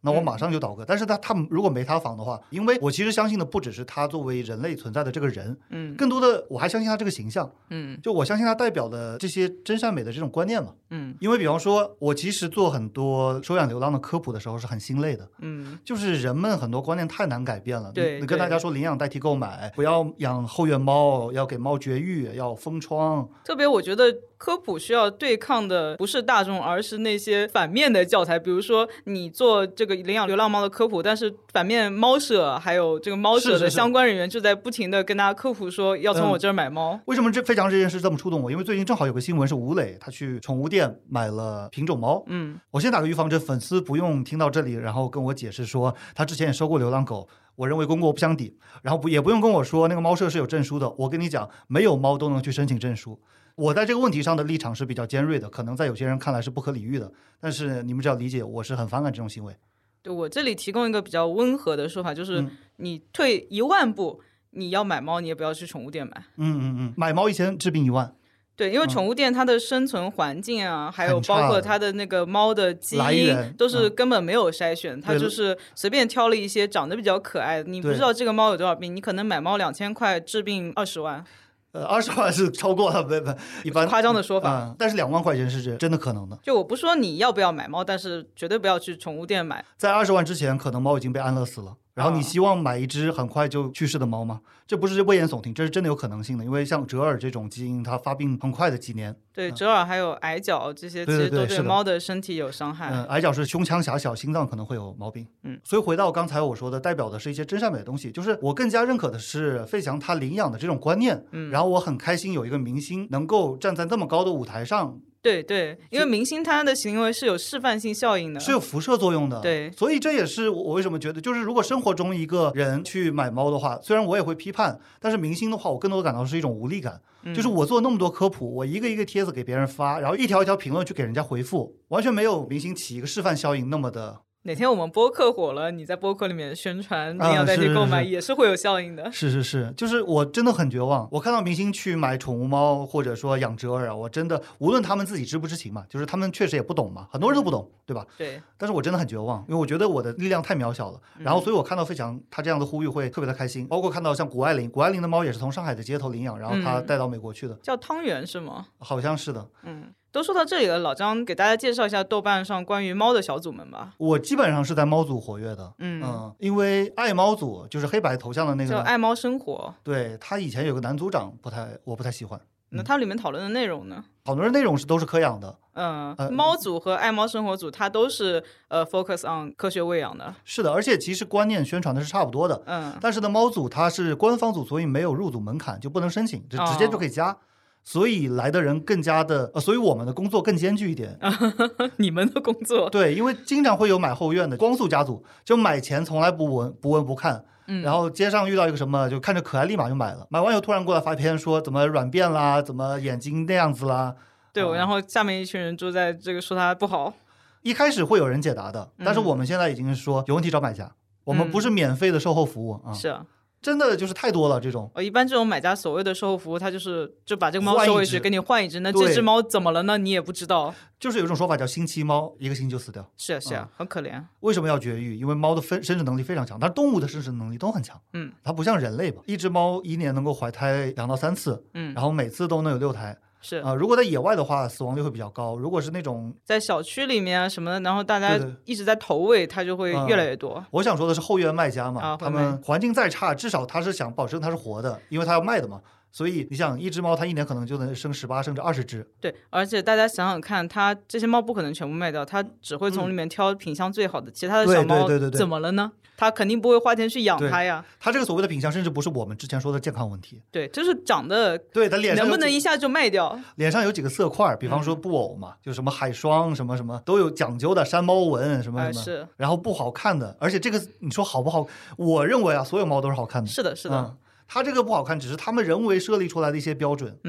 那我马上就倒戈。但是他如果没他防的话，因为我其实相信的不只是他作为人类存在的这个人，更多的我还相信他这个形象，就我相信他代表的这些真善美的这种观念嘛，因为比方说我其实做很多收养流浪的科普的时候是很心累的，就是人们很多观念太难改变了，你跟大家说领养代替购买，不要养后院猫，要给猫绝育，要封窗， 特别我觉得科普需要对抗的不是大众，而是那些反面的教材。比如说你做这个领养流浪猫的科普，但是反面猫舍还有这个猫舍的相关人员就在不停的跟大家科普说要从我这儿买猫。 为什么非常这件事这么触动我？因为最近正好有个新闻是吴磊他去宠物店买了品种猫，我先打个预防针，粉丝不用听到这里然后跟我解释说他之前也收过流浪狗，我认为功过不相抵，然后也不用跟我说那个猫舍是有证书的，我跟你讲没有猫都能去申请证书。我在这个问题上的立场是比较尖锐的，可能在有些人看来是不可理喻的，但是你们只要理解我是很反感这种行为。 对，我这里提供一个比较温和的说法，就是你退1万步，你要买猫你也不要去宠物店买。 买猫1000治病1万。 对，因为宠物店它的生存环境啊，还有包括它的那个猫的基因都是根本没有筛选，它就是随便挑了一些长得比较可爱的，你不知道这个猫有多少病，你可能买猫2000块治病20万。 20万是超过了，一般夸张的说法， 但是2万块钱是真的可能的。 就我不说你要不要买猫，但是绝对不要去宠物店买。 在20万之前，可能猫已经被安乐死了。然后你希望买一只很快就去世的猫吗？这不是危言耸听，这是真的有可能性的。因为像折耳这种基因，它发病很快的几年。 对，折耳还有矮脚这些，其实都对猫的身体有伤害。 矮脚是胸腔狭小，心脏可能会有毛病。所以回到刚才我说的，代表的是一些真善美的东西。就是我更加认可的是费翔他领养的这种观念。然后我很开心有一个明星能够站在这么高的舞台上。 对对，因为明星他的行为是有示范性效应的， 是有辐射作用的。 对， 所以这也是我为什么觉得，就是如果生活中一个人去买猫的话，虽然我也会批判，但是明星的话，我更多的感到是一种无力感。就是我做那么多科普，我一个一个帖子给别人发，然后一条一条评论去给人家回复，完全没有明星起一个示范效应那么的。 哪天我们播客火了，你在播客里面宣传领养代替购买也是会有效应的。 是，就是我真的很绝望。我看到明星去买宠物猫或者说养折耳，我真的无论他们自己知不知情嘛，就是他们确实也不懂嘛，很多人都不懂，对吧？ 对。 但是我真的很绝望，因为我觉得我的力量太渺小了。然后所以我看到费翔他这样的呼吁会特别的开心，包括看到像谷爱凌的猫也是从上海的街头领养，然后他带到美国去的。 叫汤圆是吗？ 好像是的。 都说到这里了，老张给大家介绍一下豆瓣上关于猫的小组们吧。 我基本上是在猫组活跃的，因为爱猫组就是黑白头像的那个叫爱猫生活， 对，他以前有个男组长我不太喜欢。 那它里面讨论的内容呢？ 讨论的内容都是科养的。 猫组和爱猫生活组它都是focus on 科学喂养的。 是的，而且其实观念宣传的是差不多的。但是呢，猫组它是官方组，所以没有入组门槛，就不能申请，就直接就可以加。所以来的人更加的，所以我们的工作更艰巨一点。 你们的工作？ 对，因为经常会有买后院的光速家族，就买前从来不闻不看，然后街上遇到一个什么，就看着可爱立马就买了，买完以后突然过来发一篇说怎么软便啦，怎么眼睛那样子啦。 对，然后下面一群人就在这个说他不好。 一开始会有人解答的，但是我们现在已经是说有问题找买家，我们不是免费的售后服务啊。 是啊。 真的就是太多了这种。 一般这种买家所谓的售后服务，他就把这个猫收回去给你换一只，那这只猫怎么了呢？你也不知道。就是有一种说法叫星期猫，1个星期就死掉。 是啊，很可怜。 为什么要绝育？因为猫的生殖能力非常强，但是动物的生殖能力都很强。它不像人类吧，一只猫1年能够怀胎2到3次，然后每次都能有6胎。 是如果在野外的话，死亡率会比较高。如果是那种在小区里面啊什么的，然后大家一直在投喂，它就会越来越多。 我想说的是后院卖家嘛，他们环境再差，至少他是想保证它是活的，因为他要卖的嘛。所以你想，一只猫它1年可能就能生18甚至20只。 对，而且大家想想看，它这些猫不可能全部卖掉，它只会从里面挑品相最好的，其他的小猫怎么了呢？它肯定不会花钱去养它呀。它这个所谓的品相，甚至不是我们之前说的健康问题。 对，就是长得对它脸上能不能一下就卖掉？ 脸上有几个色块，比方说布偶嘛，就什么海霜什么什么都有讲究的，山猫纹什么什么， 是。 然后不好看的，而且这个你说好不好？我认为啊，所有猫都是好看的。 是的，是的。 它这个不好看，只是他们人为设立出来的一些标准。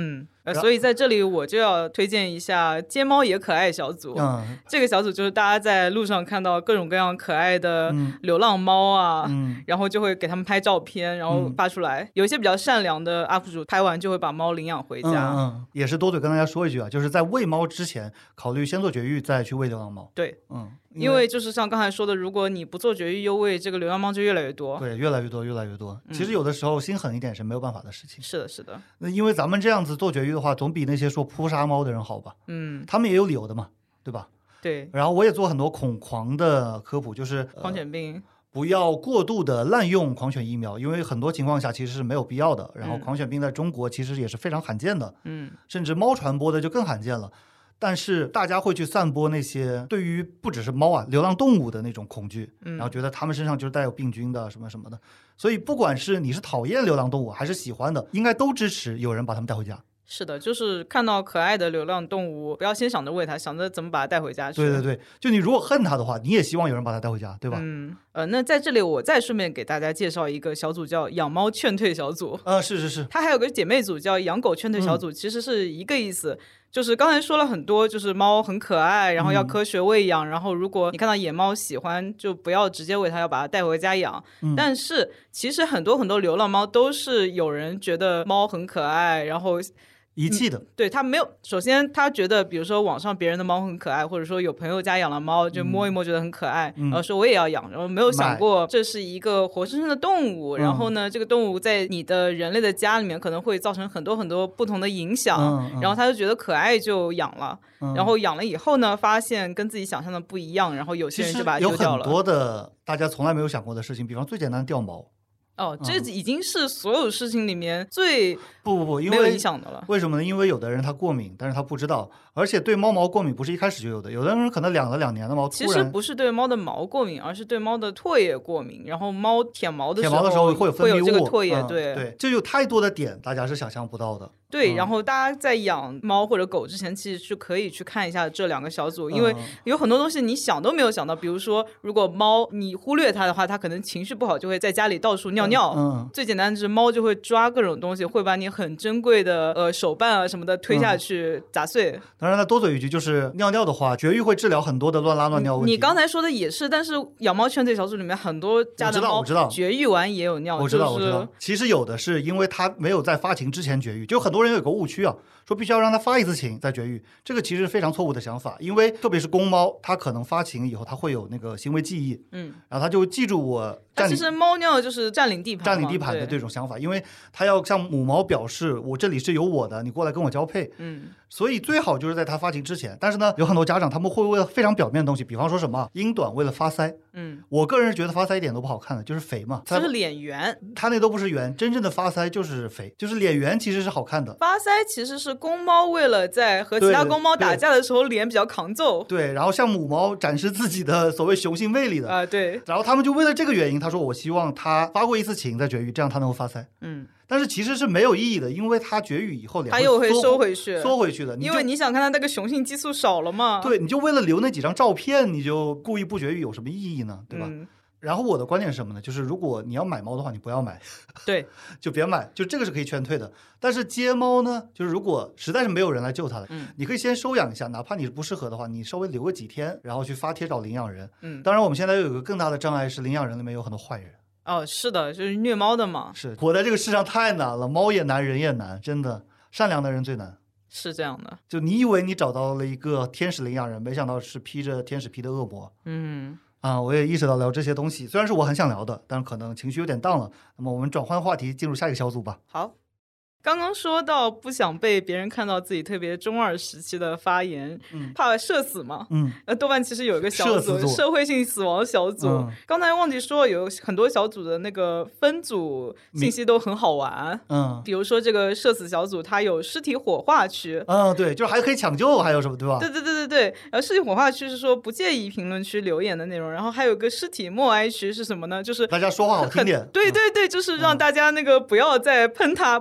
所以在这里我就要推荐一下街猫也可爱小组。这个小组就是大家在路上看到各种各样可爱的流浪猫啊，然后就会给他们拍照片，然后发出来。有一些比较善良的 UP 主拍完就会把猫领养回家。 也是多嘴跟大家说一句啊，就是在喂猫之前考虑先做绝育再去喂流浪猫。 对，因为就是像刚才说的，如果你不做绝育又喂，这个流浪猫就越来越多。 对，越来越多越来越多。其实有的时候心狠一点是没有办法的事情。 是的是的。 那因为咱们这样子做绝育的话，总比那些说扑杀猫的人好吧。他们也有理由的嘛，对吧？ 对。 然后我也做很多恐狂的科普，就是狂犬病不要过度的滥用狂犬疫苗，因为很多情况下其实是没有必要的。然后狂犬病在中国其实也是非常罕见的，甚至猫传播的就更罕见了。但是大家会去散播那些对于不只是猫啊，流浪动物的那种恐惧，然后觉得它们身上就是带有病菌的什么什么的。所以不管是你是讨厌流浪动物还是喜欢的，应该都支持有人把它们带回家。 是的，就是看到可爱的流浪动物，不要先想着喂它，想着怎么把它带回家去。 对对对，就你如果恨它的话，你也希望有人把它带回家，对吧？ 那在这里我再顺便给大家介绍一个小组，叫养猫劝退小组。 是是是。 它还有个姐妹组叫养狗劝退小组，其实是一个意思。就是刚才说了很多，就是猫很可爱，然后要科学喂养，然后如果你看到野猫喜欢，就不要直接喂它，要把它带回家养。但是其实很多流浪猫都是有人觉得猫很可爱，然后遗弃的。 对，他没有，首先他觉得比如说网上别人的猫很可爱，或者说有朋友家养了猫就摸一摸觉得很可爱，然后说我也要养，然后没有想过这是一个活生生的动物，然后呢这个动物在你的人类的家里面可能会造成很多不同的影响，然后他就觉得可爱就养了，然后养了以后呢发现跟自己想象的不一样，然后有些人就把它丢掉了。 有很多的大家从来没有想过的事情，比方最简单的掉毛。 这已经是所有事情里面最不没有影响的了。 为什么呢？因为有的人他过敏，但是他不知道，而且对猫毛过敏不是一开始就有的，有的人可能养了2年的猫， 其实不是对猫的毛过敏，而是对猫的唾液过敏，然后猫舔毛的时候会有分泌物， 这个唾液。 对，这有太多的点大家是想象不到的。 对，然后大家在养猫或者狗之前其实是可以去看一下这2个小组，因为有很多东西你想都没有想到，比如说如果猫你忽略它的话，它可能情绪不好就会在家里到处尿尿。最简单的是猫就会抓各种东西，会把你很珍贵的手办啊什么的推下去砸碎。 当然了，多嘴一句，就是尿尿的话绝育会治疗很多的乱拉乱尿问题。 你刚才说的也是，但是养猫劝退小组里面很多家的猫绝育完也有尿。 我知道。其实有的是因为它没有在发情之前绝育，就很多人有个误区啊，说必须要让它发一次情再绝育，这个其实非常错误的想法。因为特别是公猫，它可能发情以后它会有那个行为记忆，然后它就记住我它其实猫尿就是占领地盘的这种想法，因为它要向母猫表示我这里是有我的，你过来跟我交配。所以最好就是在它发情之前。但是呢，有很多家长他们会为了非常表面的东西，比方说什么英短为了发腮，我个人是觉得发腮一点都不好看的，就是肥嘛， 就是脸圆， 它那都不是圆，真正的发腮就是肥，就是脸圆其实是好看的。 发腮其实是公猫为了在和其他公猫打架的时候脸比较抗揍， 对，然后向母猫展示自己的所谓雄性魅力的对。 然后他们就为了这个原因，他说我希望他发过一次情再绝育，这样他能够发腮。但是其实是没有意义的，因为它绝育以后脸它又会缩回去的， 因为你想看它那个雄性激素少了嘛。 对，你就为了留那几张照片，你就故意不绝育，有什么意义呢？对吧？然后我的观点是什么呢？就是如果你要买猫的话，你不要买， 对， 就别买，就这个是可以劝退的。但是接猫呢，就是如果实在是没有人来救它了，你可以先收养一下，哪怕你不适合的话，你稍微留个几天，然后去发帖找领养人。当然我们现在有一个更大的障碍是领养人里面有很多坏人。 是的，就是虐猫的嘛。 是，活在这个世上太难了，猫也难，人也难，真的，善良的人最难。 是这样的， 就你以为你找到了一个天使领养人，没想到是披着天使皮的恶魔。我也意识到聊这些东西，虽然是我很想聊的，但是可能情绪有点荡了。那么我们转换话题，进入下一个小组吧。 好。刚刚说到不想被别人看到自己特别中二时期的发言，怕社死嘛。豆瓣其实有一个小组社会性死亡小组，刚才忘记说有很多小组的那个分组信息都很好玩。比如说这个社死小组它有尸体火化区， 对，就是还可以抢救，还有什么，对吧？ 对。然后尸体火化区是说不介意评论区留言的内容，然后还有个尸体默哀区是什么呢？就是大家说话好听点。 对，就是让大家那个不要再喷他，不要吐槽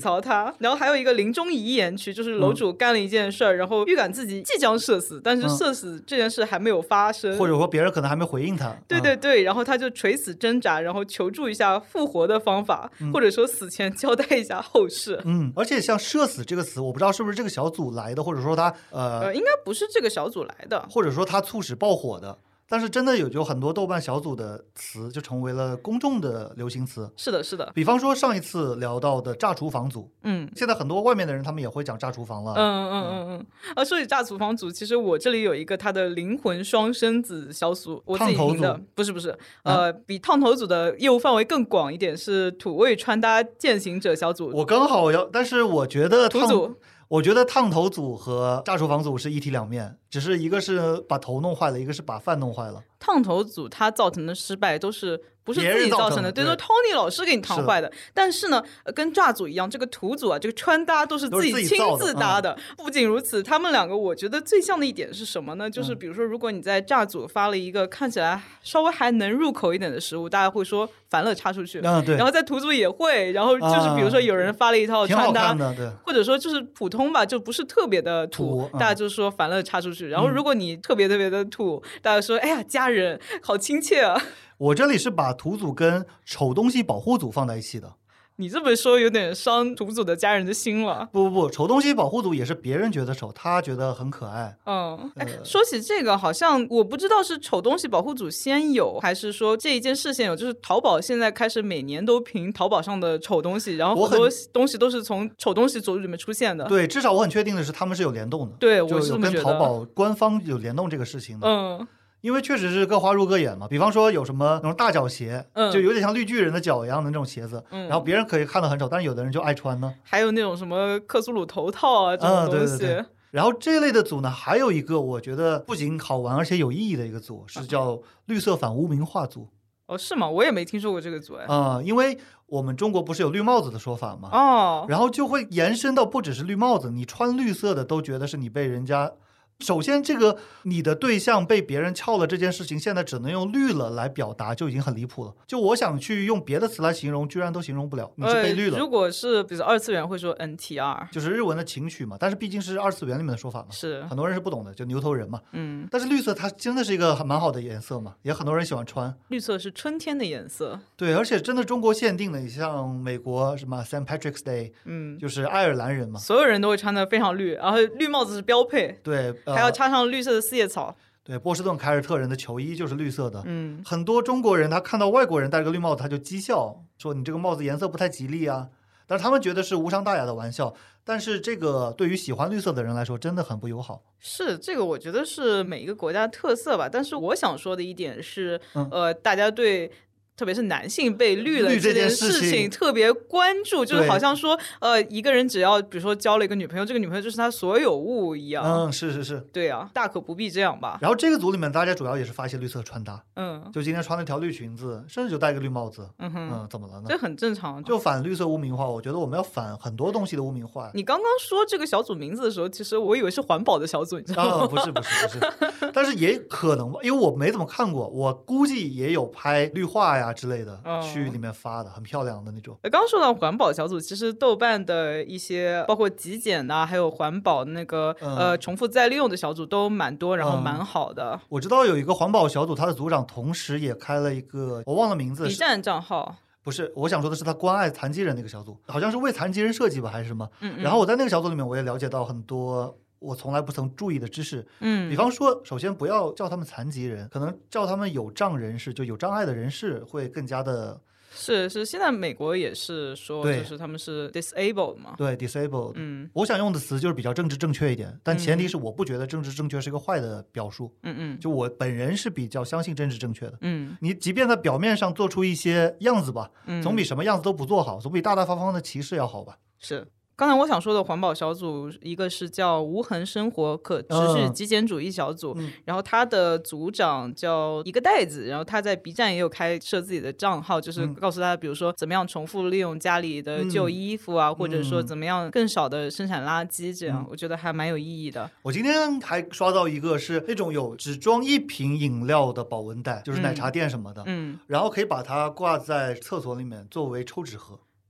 槽他。然后还有一个临终遗言区，就是楼主干了一件事儿，然后预感自己即将社死，但是社死这件事还没有发生， 或者说别人可能还没回应他。 对对对，然后他就垂死挣扎，然后求助一下复活的方法，或者说死前交代一下后事。 而且像社死这个词，我不知道是不是这个小组来的，或者说他应该不是这个小组来的， 或者说他促使爆火的。但是真的有很多豆瓣小组的词就成为了公众的流行词。 是的是的， 比方说上一次聊到的炸厨房组，现在很多外面的人他们也会讲炸厨房了。 说起炸厨房组，其实我这里有一个他的灵魂双生子小组，我自己评的，不是比烫头组的业务范围更广一点，是土味穿搭践行者小组。 我刚好要，但是我觉得土组。 我觉得烫头组和炸厨房组是一体两面，只是一个是把头弄坏了，一个是把饭弄坏了。 烫头组它造成的失败都是不是自己造成的，对，都是 Tony 老师给你烫坏的。但是呢，跟炸组一样，这个土组啊，这个穿搭都是自己亲自搭的。不仅如此，他们两个我觉得最像的一点是什么呢？就是比如说，如果你在炸组发了一个看起来稍微还能入口一点的食物，大家会说烦了插出去。 对。 然后在土组也会，然后就是比如说有人发了一套穿搭， 对， 或者说就是普通吧，就不是特别的土，大家就说烦了插出去。然后如果你特别特别的土，大家说哎呀家人好亲切啊。 我这里是把土组跟丑东西保护组放在一起的。 你这么说有点伤土组的家人的心了。 不，丑东西保护组也是别人觉得丑，他觉得很可爱。 说起这个，好像我不知道是丑东西保护组先有，还是说这一件事先有。就是淘宝现在开始每年都评淘宝上的丑东西，然后很多东西都是从丑东西组里面出现的。 对，至少我很确定的是他们是有联动的。 对，我是这么觉得， 就跟淘宝官方有联动这个事情的。因为确实是各花入各眼嘛，比方说有什么那种大脚鞋，就有点像绿巨人的脚一样的那种鞋子，然后别人可以看得很丑，但是有的人就爱穿呢。 还有那种什么克苏鲁头套啊这种东西。 对。然后这类的组呢，还有一个我觉得不仅好玩而且有意义的一个组，是叫绿色反污名化组。 是吗？我也没听说过这个组。 因为我们中国不是有绿帽子的说法吗？然后就会延伸到不只是绿帽子，你穿绿色的都觉得是你被人家。首先这个你的对象被别人撬了这件事情，现在只能用绿了来表达，就已经很离谱了。就我想去用别的词来形容，居然都形容不了，你是被绿了。 如果是比如二次元会说 NTR， 就是日文的情绪嘛，但是毕竟是二次元里面的说法嘛， 是很多人是不懂的，就牛头人嘛。但是绿色它真的是一个蛮好的颜色嘛，也很多人喜欢穿。 绿色是春天的颜色。对， 而且真的中国限定的，你像美国什么 St. Patrick's Day，就是爱尔兰人嘛， 所有人都会穿的非常绿，然后绿帽子是标配。 对。 还要插上绿色的四叶草。 对，波士顿凯尔特人的球衣就是绿色的。很多中国人他看到外国人戴个绿帽子，他就讥笑说你这个帽子颜色不太吉利啊。但是他们觉得是无伤大雅的玩笑，但是这个对于喜欢绿色的人来说真的很不友好。 是，这个我觉得是每一个国家的特色吧。但是我想说的一点是，大家对特别是男性被绿了这件事情特别关注，就是好像说一个人只要比如说交了一个女朋友，这个女朋友就是他所有物一样。 是。 对啊，大可不必这样吧。 然后这个组里面大家主要也是发一些绿色穿搭。就今天穿了条绿裙子，甚至就戴个绿帽子。怎么了呢？ 这很正常。 就反绿色污名化，我觉得我们要反很多东西的污名化。 你刚刚说这个小组名字的时候，其实我以为是环保的小组，你知道吗？ 不是但是也可能吧，因为我没怎么看过，我估计也有拍绿化呀之类的去里面发的，很漂亮的那种。 刚刚说到环保小组，其实豆瓣的一些包括极简啊，还有环保那个重复再利用的小组都蛮多，然后蛮好的。 我知道有一个环保小组，他的组长同时也开了一个我忘了名字 B 站账号。 不是，我想说的是他关爱残疾人那个小组，好像是为残疾人设计吧还是什么。然后我在那个小组里面我也了解到很多我从来不曾注意的知识。比方说首先不要叫他们残疾人，可能叫他们有障人士，就有障碍的人士会更加的。 是，现在美国也是说就是他们是 disabled 嘛。 对 disabled。我想用的词就是比较政治正确一点，但前提是我不觉得政治正确是一个坏的表述。就我本人是比较相信政治正确的。你即便在表面上做出一些样子吧，总比什么样子都不做好，总比大大方方的歧视要好吧。 是。刚才我想说的环保小组，一个是叫无痕生活可持续极简主义小组，然后他的组长叫一个袋子，然后他在 B 站也有开设自己的账号，就是告诉他比如说怎么样重复利用家里的旧衣服啊，或者说怎么样更少的生产垃圾，这样我觉得还蛮有意义的。 我今天还刷到一个是那种有只装一瓶饮料的保温袋，就是奶茶店什么的，然后可以把它挂在厕所里面作为抽纸盒。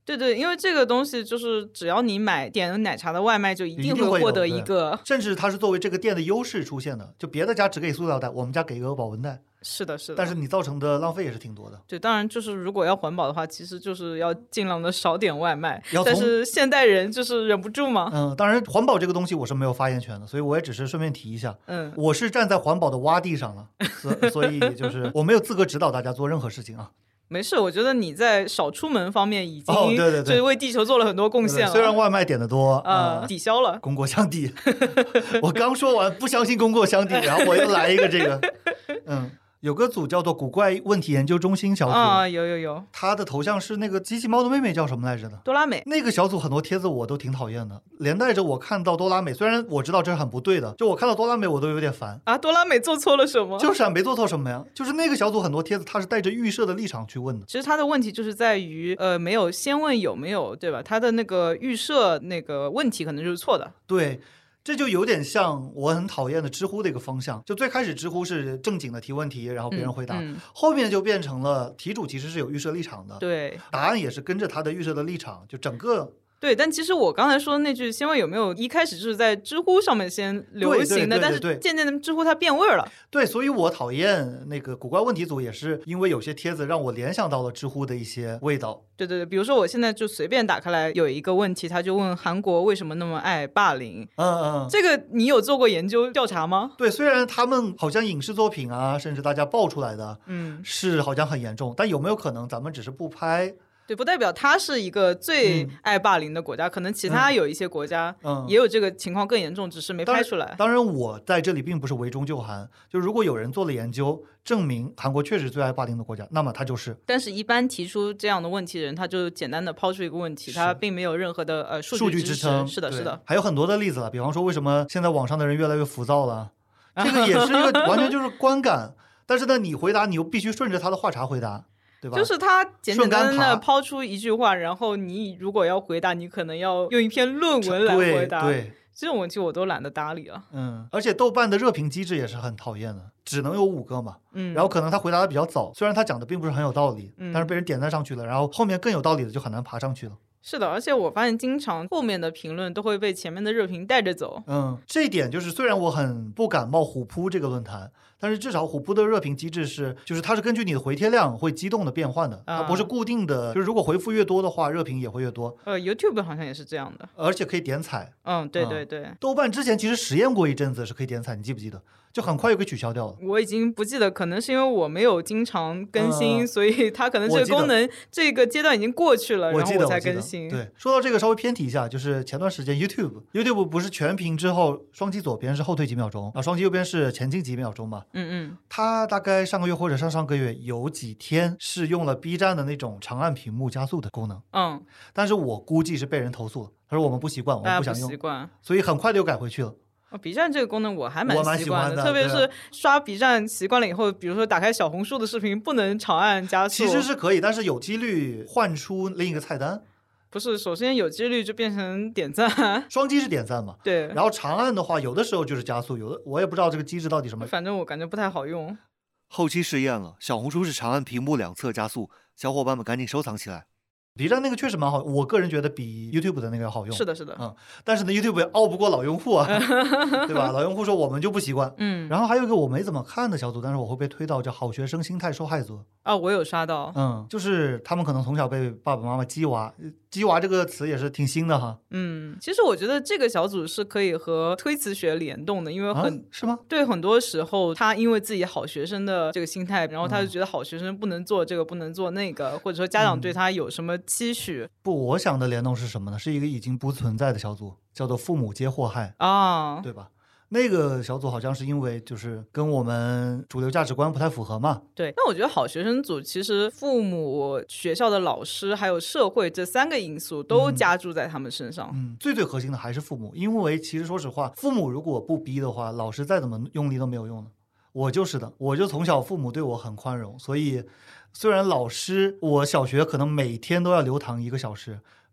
对对，因为这个东西就是只要你点奶茶的外卖，就一定会获得一个， 甚至它是作为这个店的优势出现的，就别的家只给塑料袋，我们家给一个保温袋。 是的，是的。 但是你造成的浪费也是挺多的。 对，当然就是如果要环保的话，其实就是要尽量的少点外卖。但是现代人就是忍不住嘛。 当然环保这个东西我是没有发言权的，所以我也只是顺便提一下。我是站在环保的洼地上了，所以就是我没有资格指导大家做任何事情啊。 没事，我觉得你在少出门方面已经就是为地球做了很多贡献了。 虽然外卖点的多， 抵消了， 功过相抵。我刚说完不相信功过相抵，然后我又来一个这个，有个组叫做古怪问题研究中心小组有， 他的头像是那个机器猫的妹妹叫什么来着的？ 多拉美。 那个小组很多帖子我都挺讨厌的，连带着我看到多拉美，虽然我知道这是很不对的，就我看到多拉美我都有点烦啊。多拉美做错了什么？ 就是没做错什么呀，就是那个小组很多帖子他是带着预设的立场去问的。 其实他的问题就是在于没有先问有没有，对吧？他的那个预设那个问题可能就是错的。 对，这就有点像我很讨厌的知乎的一个方向，就最开始知乎是正经的提问题，然后别人回答，后面就变成了题主其实是有预设立场的， 对， 答案也是跟着他的预设的立场，就整个。 对，但其实我刚才说的那句先问有没有，一开始就是在知乎上面先流行的，但是渐渐的知乎它变味了。 对，所以我讨厌那个古怪问题组，也是因为有些帖子让我联想到了知乎的一些味道。 对，比如说我现在就随便打开来有一个问题，他就问韩国为什么那么爱霸凌。这个你有做过研究调查吗？ 对，虽然他们好像影视作品啊，甚至大家爆出来的，是好像很严重，但有没有可能咱们只是不拍？ 对，不代表它是一个最爱霸凌的国家，可能其他有一些国家也有这个情况更严重，只是没拍出来。 当然我在这里并不是围中就韩，就如果有人做了研究证明韩国确实最爱霸凌的国家，那么他就是。 但是一般提出这样的问题的人，他就简单的抛出一个问题，他并没有任何的数据支撑。是的， 还有很多的例子了，比方说为什么现在网上的人越来越浮躁了，这个也是一个完全就是观感。但是呢，你回答你又必须顺着他的话茬回答。 就是他简简单单的抛出一句话，然后你如果要回答，你可能要用一篇论文来回答。 对， 这种问题我都懒得搭理了。 而且豆瓣的热评机制也是很讨厌的，只能有5个嘛。然后可能他回答的比较早，虽然他讲的并不是很有道理，但是被人点赞上去了，然后后面更有道理的就很难爬上去了。 是的，而且我发现经常后面的评论都会被前面的热评带着走。 这一点就是虽然我很不感冒虎扑这个论坛，但是至少虎扑的热评机制就是它是根据你的回帖量会机动的变换的，它不是固定的，就是如果回复越多的话，热评也会越多。 YouTube 好像也是这样的， 而且可以点彩。 对。 豆瓣之前其实实验过一阵子是可以点彩，你记不记得？就很快又给取消掉了。 我已经不记得，可能是因为我没有经常更新，所以它可能这个功能这个阶段已经过去了，然后我才更新。 对，说到这个稍微偏题一下，就是前段时间 YouTube 不是全屏之后双击左边是后退几秒钟，然后双击右边是前进几秒钟嘛？它大概上个月或者上个月有几天是用了 B 站的那种长按屏幕加速的功能。但是我估计是被人投诉了，他说我们不习惯，我们不想用，所以很快就改回去了。 B 站这个功能我还蛮习惯的，特别是刷 B 站习惯了以后，比如说打开小红书的视频不能长按加速， 其实是可以，但是有几率换出另一个菜单。 不是，首先有几率就变成点赞， 双击是点赞嘛？ 对。 然后长按的话，有的时候就是加速，有的我也不知道这个机制到底什么。 反正我感觉不太好用。 后期试验了，小红书是长按屏幕两侧加速，小伙伴们赶紧收藏起来。 B 站那个确实蛮好，我个人觉得比 YouTube 的那个要好用。 是的。 但是呢 YouTube 也拗不过老用户啊，对吧？老用户说我们就不习惯。然后还有一个我没怎么看的小组，但是我会被推到叫好学生心态受害组。 我有刷到。 就是他们可能从小被爸爸妈妈激娃这个词也是挺新的哈。 其实我觉得这个小组是可以和推辞学联动的，因为是吗？ 对，很多时候他因为自己好学生的这个心态，然后他就觉得好学生不能做这个不能做那个，或者说家长对他有什么期许。 不，我想的联动是什么呢？是一个已经不存在的小组，叫做父母皆祸害对吧？那个小组好像是因为就是跟我们主流价值观不太符合嘛。 对，那我觉得好学生组其实父母、学校的老师还有社会这3个因素都加注在他们身上。 最核心的还是父母，因为其实说实话，父母如果不逼的话，老师再怎么用力都没有用的。我就是的，我就从小父母对我很宽容，所以虽然老师我小学可能每天都要留堂1个小时，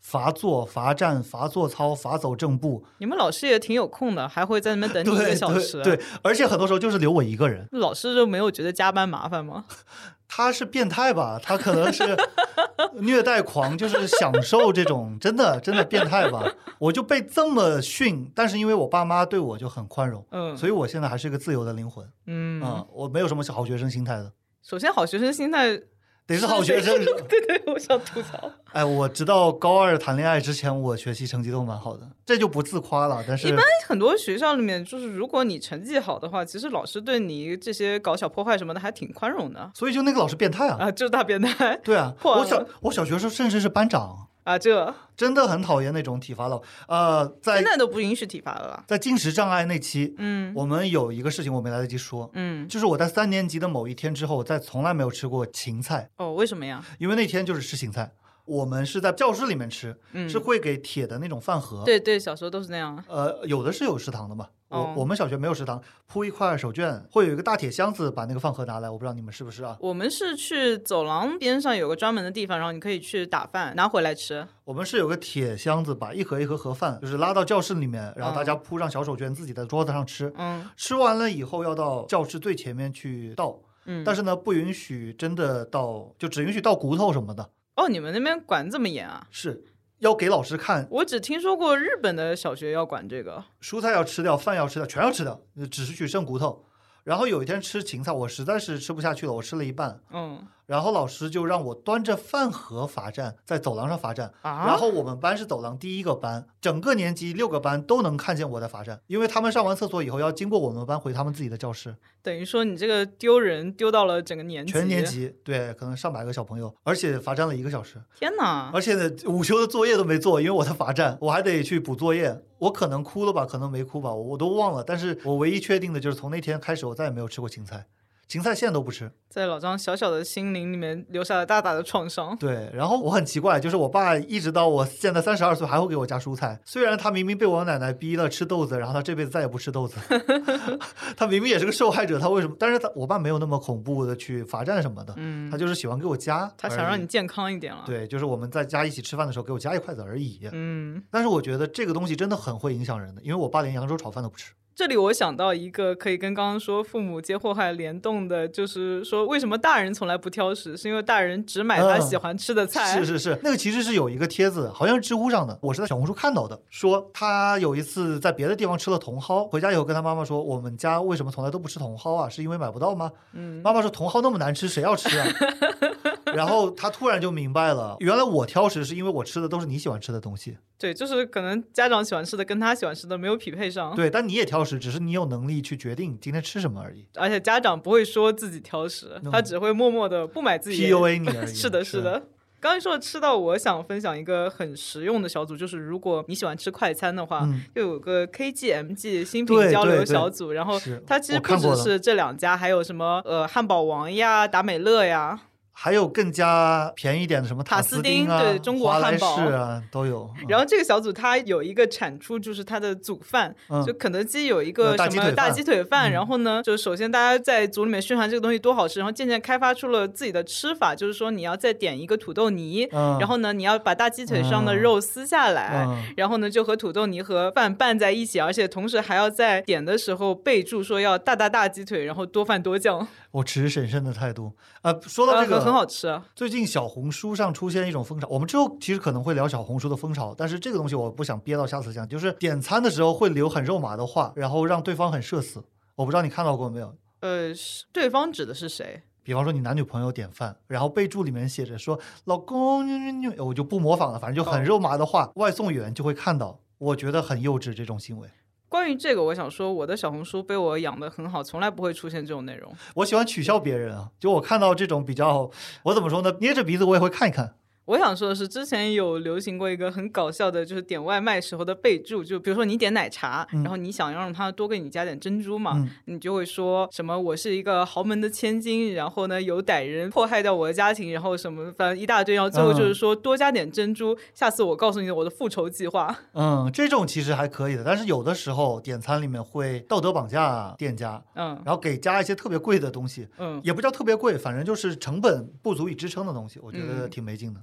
罚坐、罚站、罚做操、罚走正步。 你们老师也挺有空的，还会在那边等你1个小时。 对，而且很多时候就是留我一个人。 老师就没有觉得加班麻烦吗？ 他是变态吧？他可能是虐待狂，就是享受这种真的变态吧。我就被这么训，但是因为我爸妈对我就很宽容，所以我现在还是一个自由的灵魂。我没有什么好学生心态的。 首先，好学生心态得是好学生。 对，我想吐槽。 哎，我直到高2谈恋爱之前，我学习成绩都蛮好的，这就不自夸了。但是一般很多学校里面，就是如果你成绩好的话，其实老师对你这些搞小破坏什么的还挺宽容的。 所以就那个老师变态啊！ 就是大变态。 对啊，我小学时候甚至是班长。 这真的很讨厌那种体罚老现在都不允许体罚了啦。 在进食障碍那期，我们有一个事情我没来得及说，就是我在3年级的某一天之后，再从来没有吃过芹菜。 为什么呀？ 因为那天就是吃芹菜。我们是在教室里面吃，是会给铁的那种饭盒。 对，小时候都是那样。 有的是有食堂的嘛。我们小学没有食堂，铺一块手绢，会有一个大铁箱子把那个饭盒拿来。我不知道你们是不是啊？ 我们是去走廊边上有个专门的地方，然后你可以去打饭拿回来吃。 我们是有个铁箱子，把一盒一盒盒饭就是拉到教室里面，然后大家铺上小手绢，自己在桌子上吃。吃完了以后要到教室最前面去倒。但是呢，不允许真的倒，就只允许倒骨头什么的。 你们那边管这么严啊？ 是要给老师看。 我只听说过日本的小学要管这个， 蔬菜要吃掉，饭要吃掉，全要吃掉，只是取剩骨头。然后有一天吃芹菜，我实在是吃不下去了，我吃了一半。然后老师就让我端着饭盒罚站，在走廊上罚站。然后我们班是走廊第一个班，整个年级6个班都能看见我在罚站，因为他们上完厕所以后要经过我们班回他们自己的教室。 等于说你这个丢人丢到了整个年级， 全年级，对，可能上百个小朋友，而且罚站了1个小时。 天哪！ 而且呢，午休的作业都没做，因为我在罚站，我还得去补作业。我可能哭了吧，可能没哭吧，我都忘了。但是我唯一确定的就是从那天开始，我再也没有吃过芹菜。芹菜现在都不吃， 在老张小小的心灵里面留下了大大的创伤。 对，然后我很奇怪，就是我爸一直到我现在32岁还会给我加蔬菜，虽然他明明被我奶奶逼了吃豆子，然后他这辈子再也不吃豆子。他明明也是个受害者，他为什么？但是我爸没有那么恐怖的去罚站什么的，他就是喜欢给我加， 他想让你健康一点了。 对，就是我们在家一起吃饭的时候给我加1筷子而已。但是我觉得这个东西真的很会影响人的，因为我爸连扬州炒饭都不吃。 这里我想到一个可以跟刚刚说父母皆祸害联动的，就是说为什么大人从来不挑食，是因为大人只买他喜欢吃的菜。 是，那个其实是有一个帖子，好像是知乎上的，我是在小红书看到的，说他有一次在别的地方吃了茼蒿，回家以后跟他妈妈说，我们家为什么从来都不吃茼蒿啊？是因为买不到吗？妈妈说茼蒿那么难吃，谁要吃啊？然后他突然就明白了，原来我挑食是因为我吃的都是你喜欢吃的东西。 对，就是可能家长喜欢吃的跟他喜欢吃的没有匹配上。 对，但你也挑食，只是你有能力去决定今天吃什么而已。 而且家长不会说自己挑食，他只会默默的不买自己 PUA 你而已。 是的。刚才说吃到，我想分享一个很实用的小组，就是如果你喜欢吃快餐的话，又有个 KGMG 新品交流小组，然后它其实不只是这2家，还有什么汉堡王呀、达美乐呀。 还有更加便宜一点的什么塔斯丁啊， 对，中国汉堡啊都有。 然后这个小组它有一个产出，就是它的组饭，就肯德基有一个什么大鸡腿饭，然后呢，就首先大家在组里面宣传这个东西多好吃，然后渐渐开发出了自己的吃法，就是说你要再点一个土豆泥，然后呢你要把大鸡腿上的肉撕下来，然后呢就和土豆泥和饭拌在一起，而且同时还要在点的时候备注说要大鸡腿，然后多饭多酱。 我持审慎的态度。说到这个很好吃啊。 最近小红书上出现一种风潮，我们之后其实可能会聊小红书的风潮，但是这个东西我不想憋到下次讲，就是点餐的时候会留很肉麻的话，然后让对方很社死。我不知道你看到过没有？ 对方指的是谁？ 比方说你男女朋友点饭，然后备注里面写着说老公，我就不模仿了，反正就很肉麻的话，外送员就会看到。我觉得很幼稚这种行为。 关于这个，我想说，我的小红书被我养得很好，从来不会出现这种内容。 我喜欢取笑别人啊，就我看到这种比较，我怎么说呢？捏着鼻子我也会看一看。 我想说的是，之前有流行过一个很搞笑的，就是点外卖时候的备注，就比如说你点奶茶，然后你想让他多给你加点珍珠嘛，你就会说什么我是一个豪门的千金，然后呢有歹人迫害掉我的家庭，然后什么反正一大堆，然后最后就是说多加点珍珠，下次我告诉你我的复仇计划。 这种其实还可以的，但是有的时候点餐里面会道德绑架店家，然后给加一些特别贵的东西，也不叫特别贵，反正就是成本不足以支撑的东西，我觉得挺没劲的。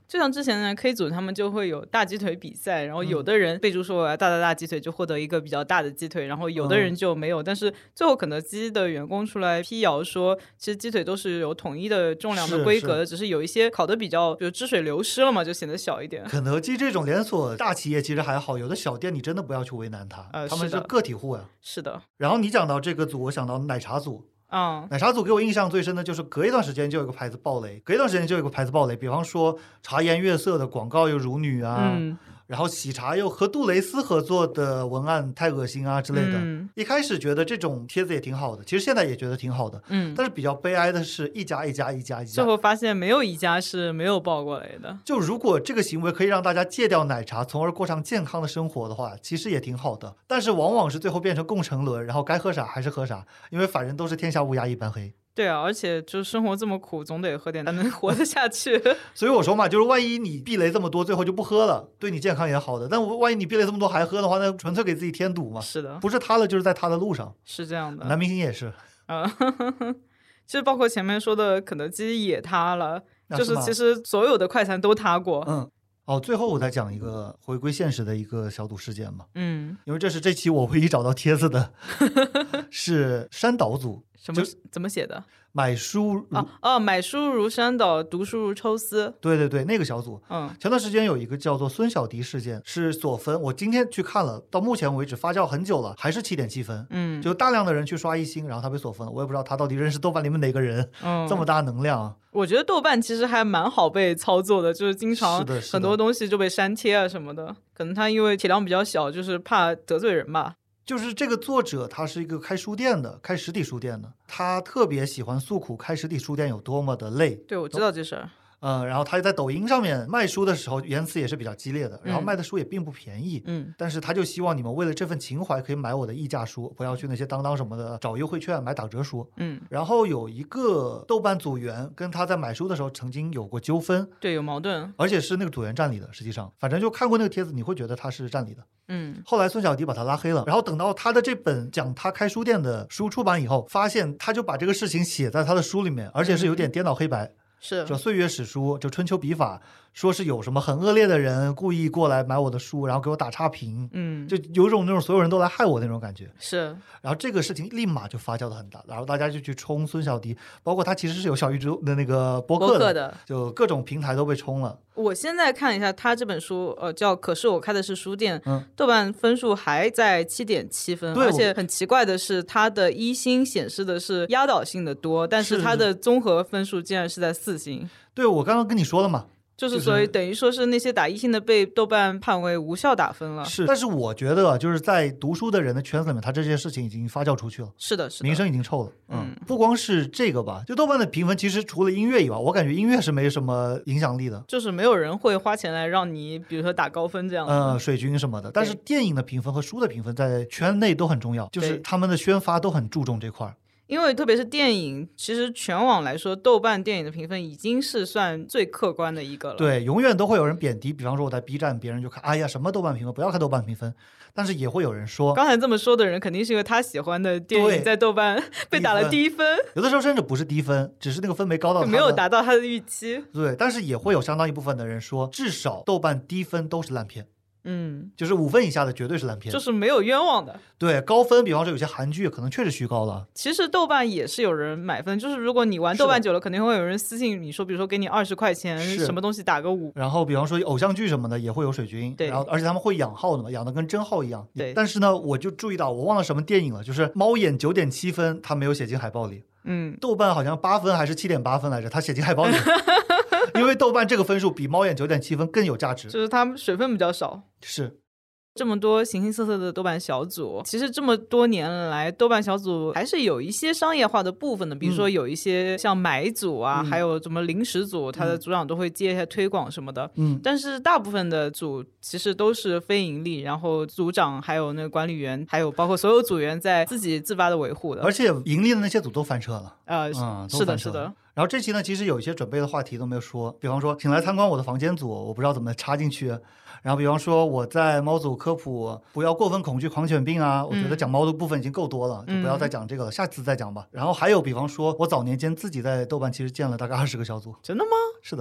就像之前的 K 组他们就会有大鸡腿比赛，然后有的人备注说我要大鸡腿就获得一个比较大的鸡腿，然后有的人就没有，但是最后肯德基的员工出来辟谣说其实鸡腿都是有统一的重量的规格的，只是有一些烤的比较比如汁水流失了嘛，就显得小一点。 肯德基这种连锁大企业其实还好，有的小店你真的不要去为难他，他们是个体户呀。 是的。 然后你讲到这个组，我想到奶茶组。 奶茶组给我印象最深的就是隔一段时间就有一个牌子爆雷，比方说茶颜悦色的广告有乳女啊，然后喜茶又和杜蕾斯合作的文案太恶心啊之类的。一开始觉得这种帖子也挺好的，其实现在也觉得挺好的。但是比较悲哀的是一家，最后发现没有一家是没有爆过雷的。 就如果这个行为可以让大家戒掉奶茶，从而过上健康的生活的话，其实也挺好的。但是往往是最后变成共沉沦，然后该喝啥还是喝啥，因为反正都是天下乌鸦一般黑。 对啊，而且就是生活这么苦，总得喝点才能活得下去。 所以我说嘛，就是万一你避雷这么多，最后就不喝了，对你健康也好的。但万一你避雷这么多还喝的话，那纯粹给自己添堵嘛。 是的， 不是他了，就是在他的路上。 是这样的， 男明星也是。 其实包括前面说的肯德基也塌了，就是其实所有的快餐都塌过。 最后我再讲一个回归现实的一个小组事件嘛。因为这是这期我唯一找到帖子的，是山岛组。 怎么写的？ 买书买书如山岛，读书如抽丝。 对，那个小组。前段时间有一个叫做孙小迪事件，是锁分。我今天去看了，到目前为止发酵很久了，还是7.7分。就大量的人去刷1星，然后他被锁分了。我也不知道他到底认识豆瓣里面哪个人，这么大能量。 我觉得豆瓣其实还蛮好被操作的，就是经常很多东西就被删帖啊什么的。可能他因为体量比较小，就是怕得罪人吧。 就是这个作者他是一个开实体书店的，他特别喜欢诉苦开实体书店有多么的累。 对，我知道这事儿。 然后他在抖音上面卖书的时候言辞也是比较激烈的，然后卖的书也并不便宜。但是他就希望你们为了这份情怀可以买我的溢价书，不要去那些当什么的找优惠券买打折书。然后有一个豆瓣组员跟他在买书的时候曾经有过纠纷， 对，有矛盾， 而且是那个组员占理的。实际上反正就看过那个帖子，你会觉得他是占理的。后来孙小迪把他拉黑了，然后等到他的这本讲他开书店的书出版以后，发现他就把这个事情写在他的书里面，而且是有点颠倒黑白。 是这岁月史书，就春秋笔法，说是有什么很恶劣的人故意过来买我的书，然后给我打差评。就有种那种所有人都来害我那种感觉。 是， 然后这个事情立马就发酵的很大，然后大家就去冲孙小迪，包括他其实是有小宇宙的那个播客的，就各种平台都被冲了。 我现在看一下他这本书，叫可是我开的是书店，豆瓣分数还在7.7分，而且很奇怪的是他的1星显示的是压倒性的多，但是他的综合分数竟然是在4星。 对，我刚刚跟你说了嘛， 就是所以等于说是那些打1星的被豆瓣判为无效打分了。 是，但是我觉得就是在读书的人的圈子里面，他这件事情已经发酵出去了。 是的， 名声已经臭了。不光是这个吧，就豆瓣的评分其实除了音乐以外，我感觉音乐是没什么影响力的， 就是没有人会花钱来让你比如说打高分这样的。 水军什么的。但是电影的评分和书的评分在圈内都很重要，就是他们的宣发都很注重这块。 因为特别是电影，其实全网来说豆瓣电影的评分已经是算最客观的一个了。 对，永远都会有人贬低，比方说我在 B 站别人就看哎呀什么豆瓣评分，不要看豆瓣评分，但是也会有人说， 刚才这么说的人肯定是因为他喜欢的电影在豆瓣被打了低分， 有的时候甚至不是低分，只是那个分没高到他没有达到他的预期。 对，但是也会有相当一部分的人说至少豆瓣低分都是烂片。就是5分以下的绝对是烂片， 就是没有冤枉的。 对，高分比方说有些韩剧可能确实虚高了。 其实豆瓣也是有人买分，就是如果你玩豆瓣久了，肯定会有人私信你说，比如说给你20块钱，什么东西打个5。 然后比方说偶像剧什么的也会有水军， 对， 然后而且他们会养号的嘛，养的跟真号一样。 对， 但是呢，我就注意到我忘了什么电影了，就是猫眼9.7分，他没有写进海报里。豆瓣好像8分还是7.8分来着，他写进海报里。因为豆瓣这个分数比猫眼9.7分更有价值， 就是他们水分比较少。 是。 这么多形形色色的豆瓣小组，其实这么多年来豆瓣小组还是有一些商业化的部分的，比如说有一些像买组啊，还有什么零食组，他的组长都会接一些推广什么的。但是大部分的组其实都是非盈利，然后组长还有那个管理员还有包括所有组员在自己自发的维护的， 而且盈利的那些组都翻车了。 是的是的。 然后这期呢其实有一些准备的话题都没有说，比方说请来参观我的房间组，我不知道怎么插进去。然后比方说我在猫组科普不要过分恐惧狂犬病啊，我觉得讲猫的部分已经够多了，就不要再讲这个了，下次再讲吧。然后还有比方说我早年间自己在豆瓣其实建了大概20个小组。 真的吗？ 是的。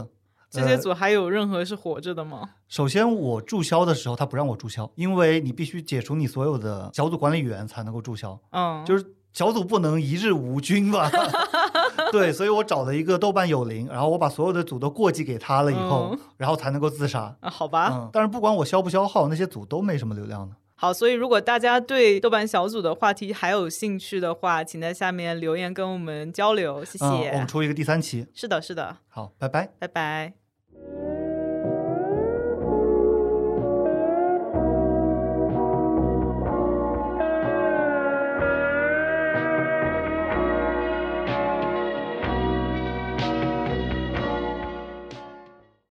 这些组还有任何是活着的吗？ 首先我注销的时候他不让我注销，因为你必须解除你所有的小组管理员才能够注销，就是小组不能一日无君吧。对，所以我找了一个豆瓣有灵，然后我把所有的组都过继给他了以后，然后才能够自杀。 好吧。 但是不管我消不消耗，那些组都没什么流量的。 好，所以如果大家对豆瓣小组的话题还有兴趣的话，请在下面留言跟我们交流，谢谢。 我们出一个第3期。 是的，是的。 好，拜拜， 拜拜。